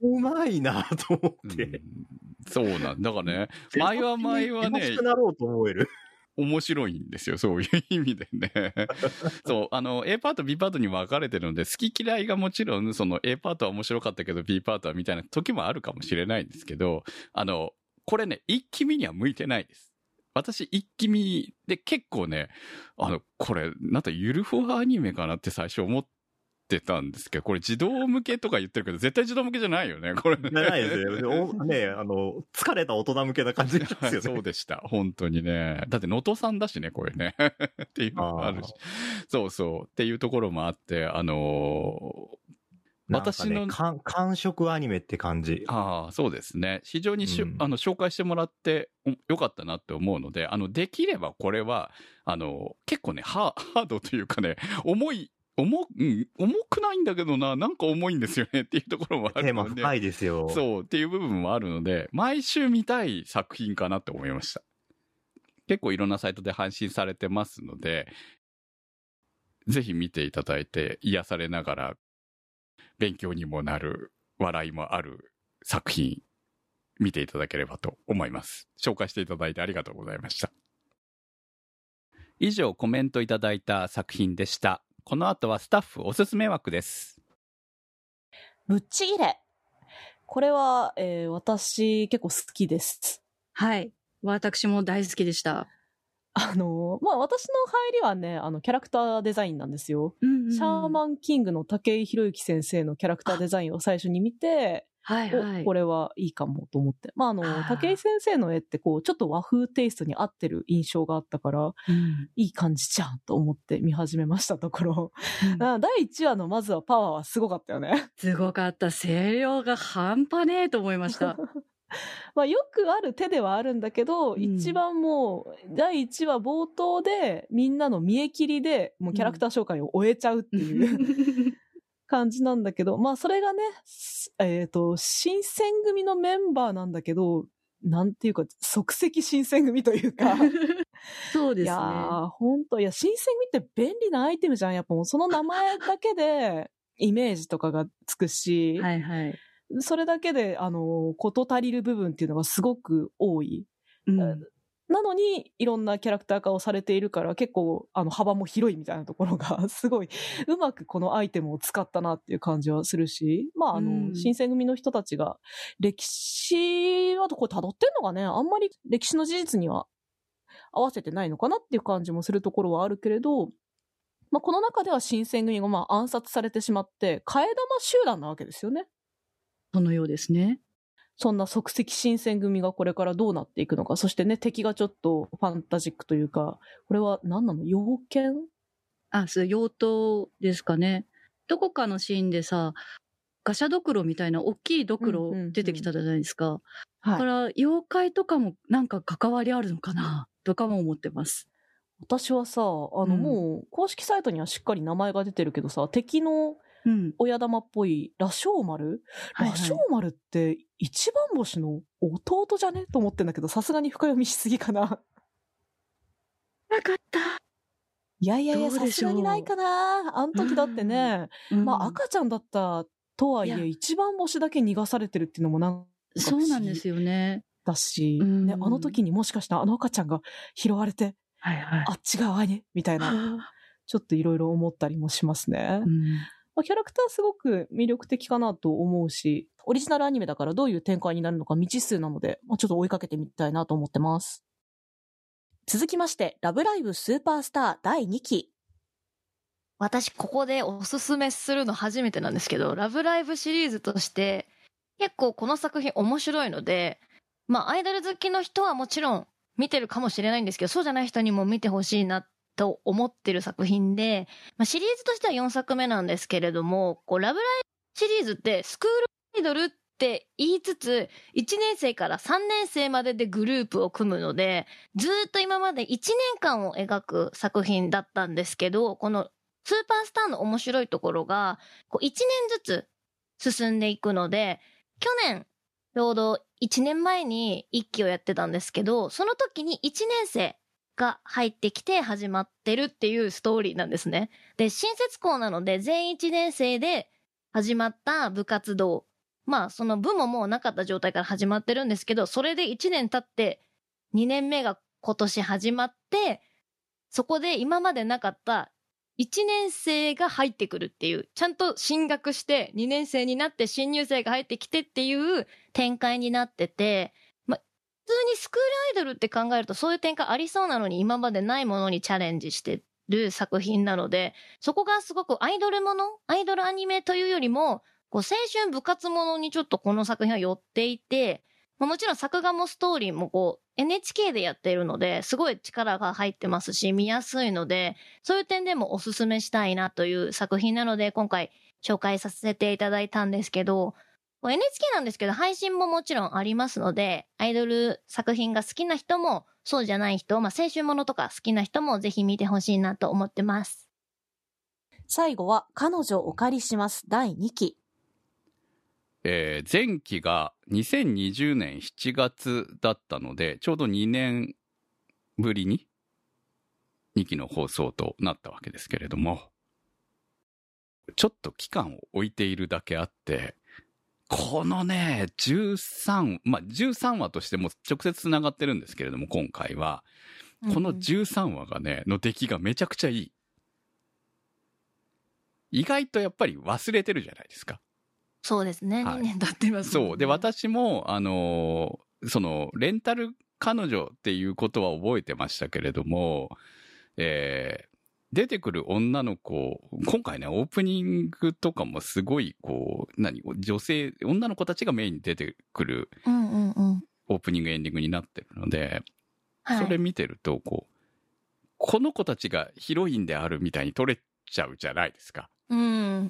うまいなと思って、うん。そうなんだからね、 前は前はね、 楽しくなろうと思える。 面白いんですよ、そういう意味でね。そう、あの、A パート、B パートに分かれてるので、好き嫌いがもちろん、その A パートは面白かったけど、B パートはみたいな時もあるかもしれないんですけど、あの、これね、一気見には向いてないです。私、一気見で結構ね、あの、これ、なんかゆるふわアニメかなって最初思っってたんですけど、これ児童向けとか言ってるけど、絶対児童向けじゃないよね、これ。 じゃないですよ。ね、あの、疲れた大人向けな感じですよね。 そうでした。本当にね。だって能登さんだしね、これね。っていうのもあるし。そうそう。っていうところもあって、あのー、私の、 ね、感触アニメって感じ。 ああ、そうですね。非常にし、うん、あの紹介してもらってよかったなって思うので、あのできればこれはあの結構ねハードというかね、重い重、うん、重くないんだけどな、なんか重いんですよねっていうところもあるので、 テーマ深いですよ。 そうっていう部分もあるので、毎週見たい作品かなって思いました。結構いろんなサイトで配信されてますので、ぜひ見ていただいて癒されながら。勉強にもなる、笑いもある作品、見ていただければと思います。紹介していただいてありがとうございました。以上、コメントいただいた作品でした。この後はスタッフおすすめ枠です。 ぶっちぎれ。これは、えー、私結構好きです。 はい。私も大好きでした。 あの、まあ、私の入りはね、あの、キャラクターデザインなんですよ。うんうん、シャーマンキングの武井宏之先生のキャラクターデザインを最初に見て、はいはい、これはいいかもと思って。まあ、あの、武井先生の絵ってこう、ちょっと和風テイストに合ってる印象があったから、うん、いい感じじゃんと思って見始めましたところ。うん、だいいちわのまずはパワーはすごかったよね。 すごかった。声量が半端ねえと思いました。 まあよくある手ではあるんだけど、うん、一番もうだいいちわ冒頭でみんなの見え切りでもうキャラクター紹介を終えちゃうっていう、うん、感じなんだけど、まあそれがね、えっと、新選組のメンバーなんだけど、なんていうか即席新選組というかそうですね。いやー本当いや新選組って便利なアイテムじゃん。やっぱもうその名前だけでイメージとかがつくしはいはいそれだけで、あの、こと足りる部分っていうのがすごく多い。うん、なのに、いろんなキャラクター化をされているから、結構、あの、幅も広いみたいなところが、すごい、うまくこのアイテムを使ったなっていう感じはするし、まあ、あの、うん、新選組の人たちが、歴史はどこ辿ってんのかね、あんまり歴史の事実には合わせてないのかなっていう感じもするところはあるけれど、まあ、この中では新選組がまあ暗殺されてしまって、替え玉集団なわけですよね。 そのようですね。 そんな即席新選組がこれからどうなっていくのか。そしてね、敵がちょっとファンタジックというか、これは何なの？妖剣？ あ、そう、妖刀ですかね。どこかのシーンでさ、ガシャドクロみたいな大きいドクロ出てきたじゃないですか。うんうんうん、だから、妖怪とかもなんか関わりあるのかなとかも思ってます。 私はさ、あの、うん、もう公式サイトにはしっかり名前が出てるけどさ、敵の親玉っぽい羅生丸、はいはい、羅生丸って一番星の弟じゃねと思ってんだけど、さすがに深読みしすぎかな。 なかった。 いやいやいや、さすがにないかな。あの時だってね、うん、まあ赤ちゃんだったとはいえ、一番星だけ逃がされてるっていうのもなんかそうなんですよね。 だし、うん、ね、あの時にもしかしたらあの赤ちゃんが拾われて、はいはい、あっち側にみたいな、ちょっといろいろ思ったりもしますね。うんまあ、キャラクターすごく魅力的かなと思うし、オリジナルアニメだからどういう展開になるのか未知数なので、まあ、ちょっと追いかけてみたいなと思ってます。続きまして、ラブライブスーパースターだいにき。 私ここでおすすめするの初めてなんですけど、ラブライブシリーズとして結構この作品面白いので、まあアイドル好きの人はもちろん見てるかもしれないんですけど、そうじゃない人にも見てほしいなと思ってる作品で、まあ、シリーズとしてはよんさくめなんですけれども、こうラブライブシリーズってスクールアイドルって言いつついちねん生からさんねん生まででグループを組むので、ずっと今までいちねんかんを描く作品だったんですけど、このスーパースターの面白いところがこういちねんずつ進んでいくので、去年ちょうどいちねんまえにいっきをやってたんですけど、その時にいちねん生が入ってきて始まってるっていうストーリーなんですね。で、新設校なので全員いちねん生で始まった部活動、まあその部ももうなかった状態から始まってるんですけど、それでいちねん経ってにねんめが今年始まって、そこで今までなかったいちねん生が入ってくるっていう、ちゃんと進学してにねん生になって新入生が入ってきてっていう展開になってて、まあ普通にスクールアイドルって考えるとそういう展開ありそうなのに今までないものにチャレンジしてる作品なので、そこがすごくアイドルもの、アイドルアニメというよりも、こう青春部活ものにちょっとこの作品は寄っていて、まあ、もちろん作画もストーリーもこう エヌエイチケー でやっているので、すごい力が入ってますし、見やすいので、そういう点でもおすすめしたいなという作品なので、今回紹介させていただいたんですけど、エヌエイチケー なんですけど、配信ももちろんありますので、アイドル作品が好きな人も、そうじゃない人、まあ、青春ものとか好きな人もぜひ見てほしいなと思ってます。 最後は、彼女お借りしますだいにき。 えー、前期がにせんにじゅうねんしちがつだったので、ちょうどにねんぶりににきの放送となったわけですけれども、ちょっと期間を置いているだけあって、このね、じゅうさん、まあ、じゅうさんわとしても直接つながってるんですけれども、今回は、このじゅうさんわがね、の出来がめちゃくちゃいい。意外とやっぱり忘れてるじゃないですか。 そうですね、はい、にねん経ってますもんね。 そう。で、私も、あのー、その、レンタル彼女っていうことは覚えてましたけれども、えー、出てくる女の子、今回ね、オープニングとかもすごい、こう、何、女性、女の子たちがメインに出てくる、オープニングエンディングになってるので、うんうんうん、それ見てると、こう、この子たちがヒロインであるみたいに撮れちゃうじゃないですか。 うん。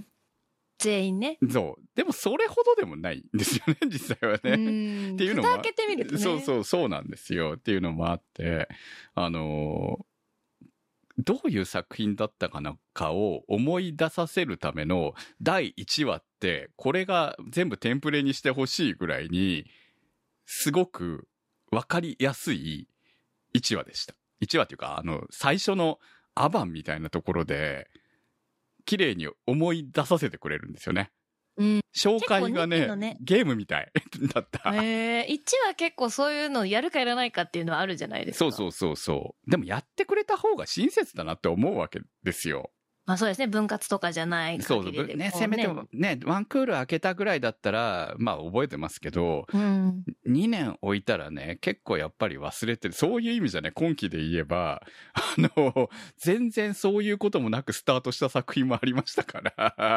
全員ね。 そう。でもそれほどでもないんですよね、実際はね。 うんっていうのも。 蓋開けてみるとね。 そうそう、そうなんですよ。っていうのもあって、あのー、どういう作品だったかなかを思い出させるためのだいいちわって、これが全部テンプレにしてほしいぐらいに、すごくわかりやすいいちわでした。いちわっていうか、あの、最初のアバンみたいなところで、綺麗に思い出させてくれるんですよね。 うん、 紹介が ね, ねゲームみたいだった。 えー、いちわ結構そういうのやるかやらないかっていうのはあるじゃないですか。 そうそうそうそう。でもやってくれた方が親切だなって思うわけですよ。 まあそうですね、分割とかじゃない限りで。 そうね、せめてもね、ワンクール開けたぐらいだったら、まあ覚えてますけど、うん、にねん置いたらね、結構やっぱり忘れてる。そういう意味じゃね、今期で言えば、あの、全然そういうこともなくスタートした作品もありましたから、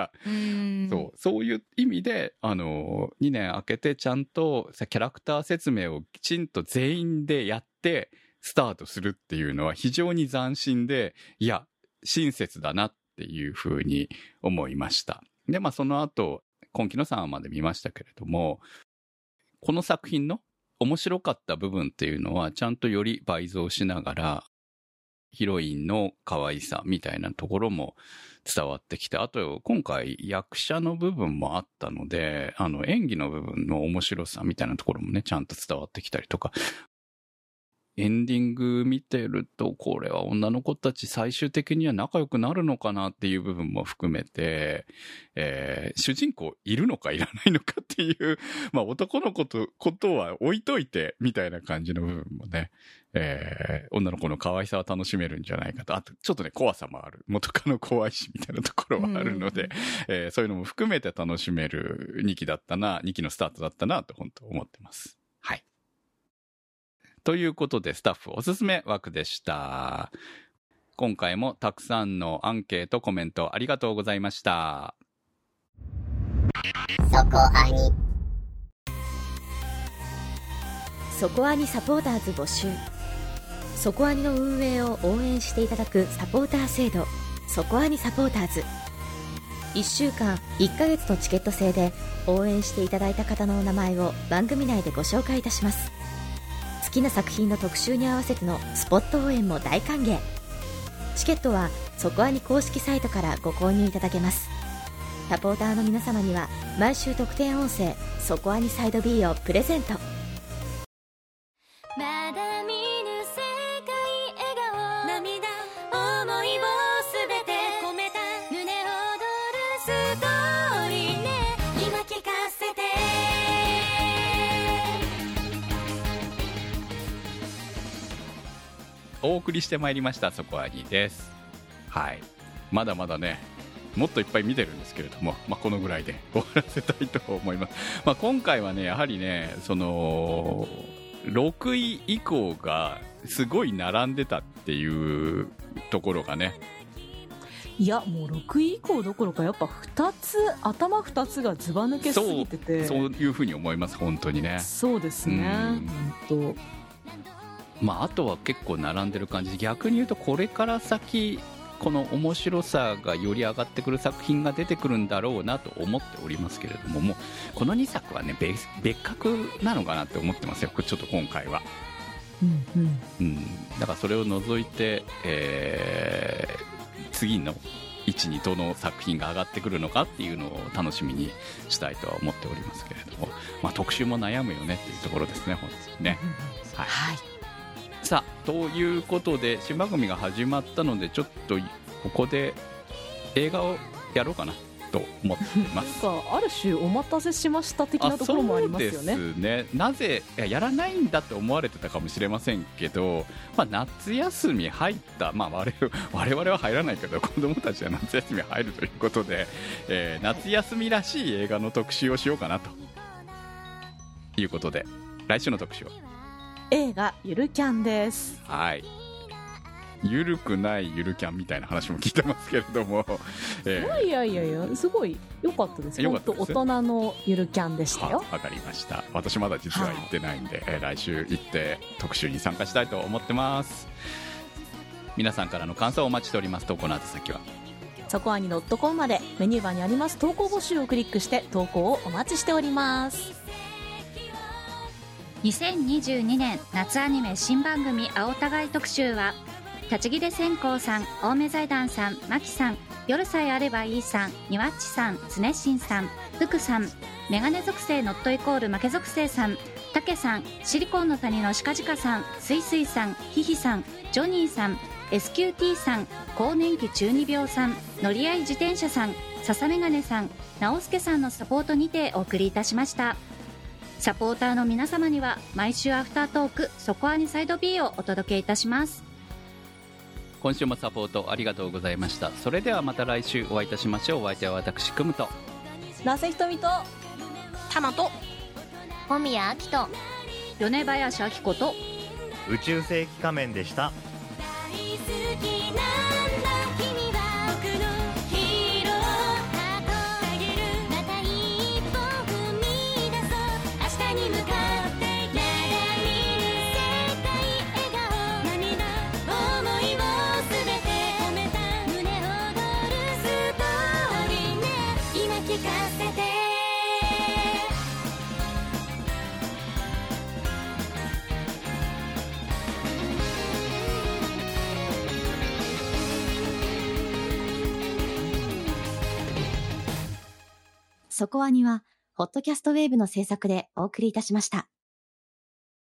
うん、そう、そういう意味で、あの、にねん開けてちゃんとキャラクター説明をきちんと全員でやって、スタートするっていうのは非常に斬新で、いや、親切だなっていうふうに思いました。で、まあその後、今期のさんわまで見ましたけれども、この作品の面白かった部分っていうのはちゃんとより倍増しながら、ヒロインの可愛さみたいなところも伝わってきて、あと今回役者の部分もあったので、あの演技の部分の面白さみたいなところもね、ちゃんと伝わってきたりとか、エンディング見てると、これは女の子たち最終的には仲良くなるのかなっていう部分も含めて、えー、主人公いるのかいらないのかっていう、まあ男の子と、ことは置いといて、みたいな感じの部分もね、えー、女の子の可愛さは楽しめるんじゃないかと。あと、ちょっとね、怖さもある。元カノ怖いし、みたいなところはあるので、えー、そういうのも含めて楽しめるにきだったな、にきのスタートだったな、と本当思ってます。はい。ということで、スタッフおすすめ枠でした。今回もたくさんのアンケート、コメントありがとうございました。 そこアニ。そこアニサポーターズ募集。そこアニの運営を応援していただくサポーター制度、そこアニサポーターズ。いっしゅうかん、いっかげつのチケット制で応援していただいた方のお名前を番組内でご紹介いたします。好きな作品の特集に合わせてのスポット応援も大歓迎。チケットはそこアニ公式サイトからご購入いただけます。サポーターの皆様には毎週特典音声そこアニサイド B をプレゼント。まだ見ぬ世界、笑顔、涙、思いをすべて込めた胸躍るストーリーね、今聞かせて。 お送りしてまいりましたそこアニです。はい、まだまだね、もっといっぱい見てるんですけれども、まあ、このぐらいで終わらせたいと思います。まあ、今回はね、やはりね、そのろくい以降がすごい並んでたっていうところがね、 いやもうろくい以降どころかやっぱふたつ頭ふたつがずば抜けすぎてて、 そう、そういうふうに思います本当にね。 そうですね、本当。まああとは結構並んでる感じで、逆に言うとこれから先この面白さがより上がってくる作品が出てくるんだろうなと思っておりますけれども、もうこのにさくはね 別, 別格なのかなって思ってますよちょっと今回は。 うんうんうん、だからそれを除いて、えー次の位置にどの作品が上がってくるのかっていうのを楽しみにしたいとは思っておりますけれども、まあ、特集も悩むよねっていうところですね本当にね、はい、はい、さあということで新番組が始まったのでちょっとここで映画をやろうかなと思っています。 なんかある種お待たせしました的なところもありますよね。 そうですね。なぜ や, やらないんだって思われてたかもしれませんけど、まあ、夏休み入った、まあ、我, 我々は入らないけど子供たちは夏休み入るということで、えー、夏休みらしい映画の特集をしようかなということで、来週の特集は映画ゆるキャンです。 はい、ゆるくないゆるキャンみたいな話も聞いてますけれども、 えー、いやいやいやすごい良かったですよ。本当大人のゆるキャンでしたよ。 わかりました。私まだ実は行ってないんで、はい、えー、来週行って特集に参加したいと思ってます。皆さんからの感想をお待ちしております。投稿の宛先はそこアニ .com まで、メニューバーにあります投稿募集をクリックして投稿をお待ちしております。 にせんにじゅうにねん夏アニメ新番組青互い特集は立ち切れ線香さん、青梅財団さん、マキさん、夜さえあればいいさん、ニワッチさん、スネッシンさん、福さん、メガネ属性ノットイコール負け属性さん、タケさん、シリコンの谷のシカジカさん、スイスイさん、ヒヒさん、ジョニーさん、エスキューティー さん、更年期中二病さん、乗り合い自転車さん、笹メガネさん、直輔さんのサポートにてお送りいたしました。サポーターの皆様には毎週アフタートークそこアニサイド B をお届けいたします。 今週もサポートありがとうございました。それではまた来週お会いいたしましょう。お相手は私クムと那瀬ひとみとタマと小宮秋と米林明子と宇宙世紀仮面でした。 そこアニはホットキャストウェーブの制作でお送りいたしました。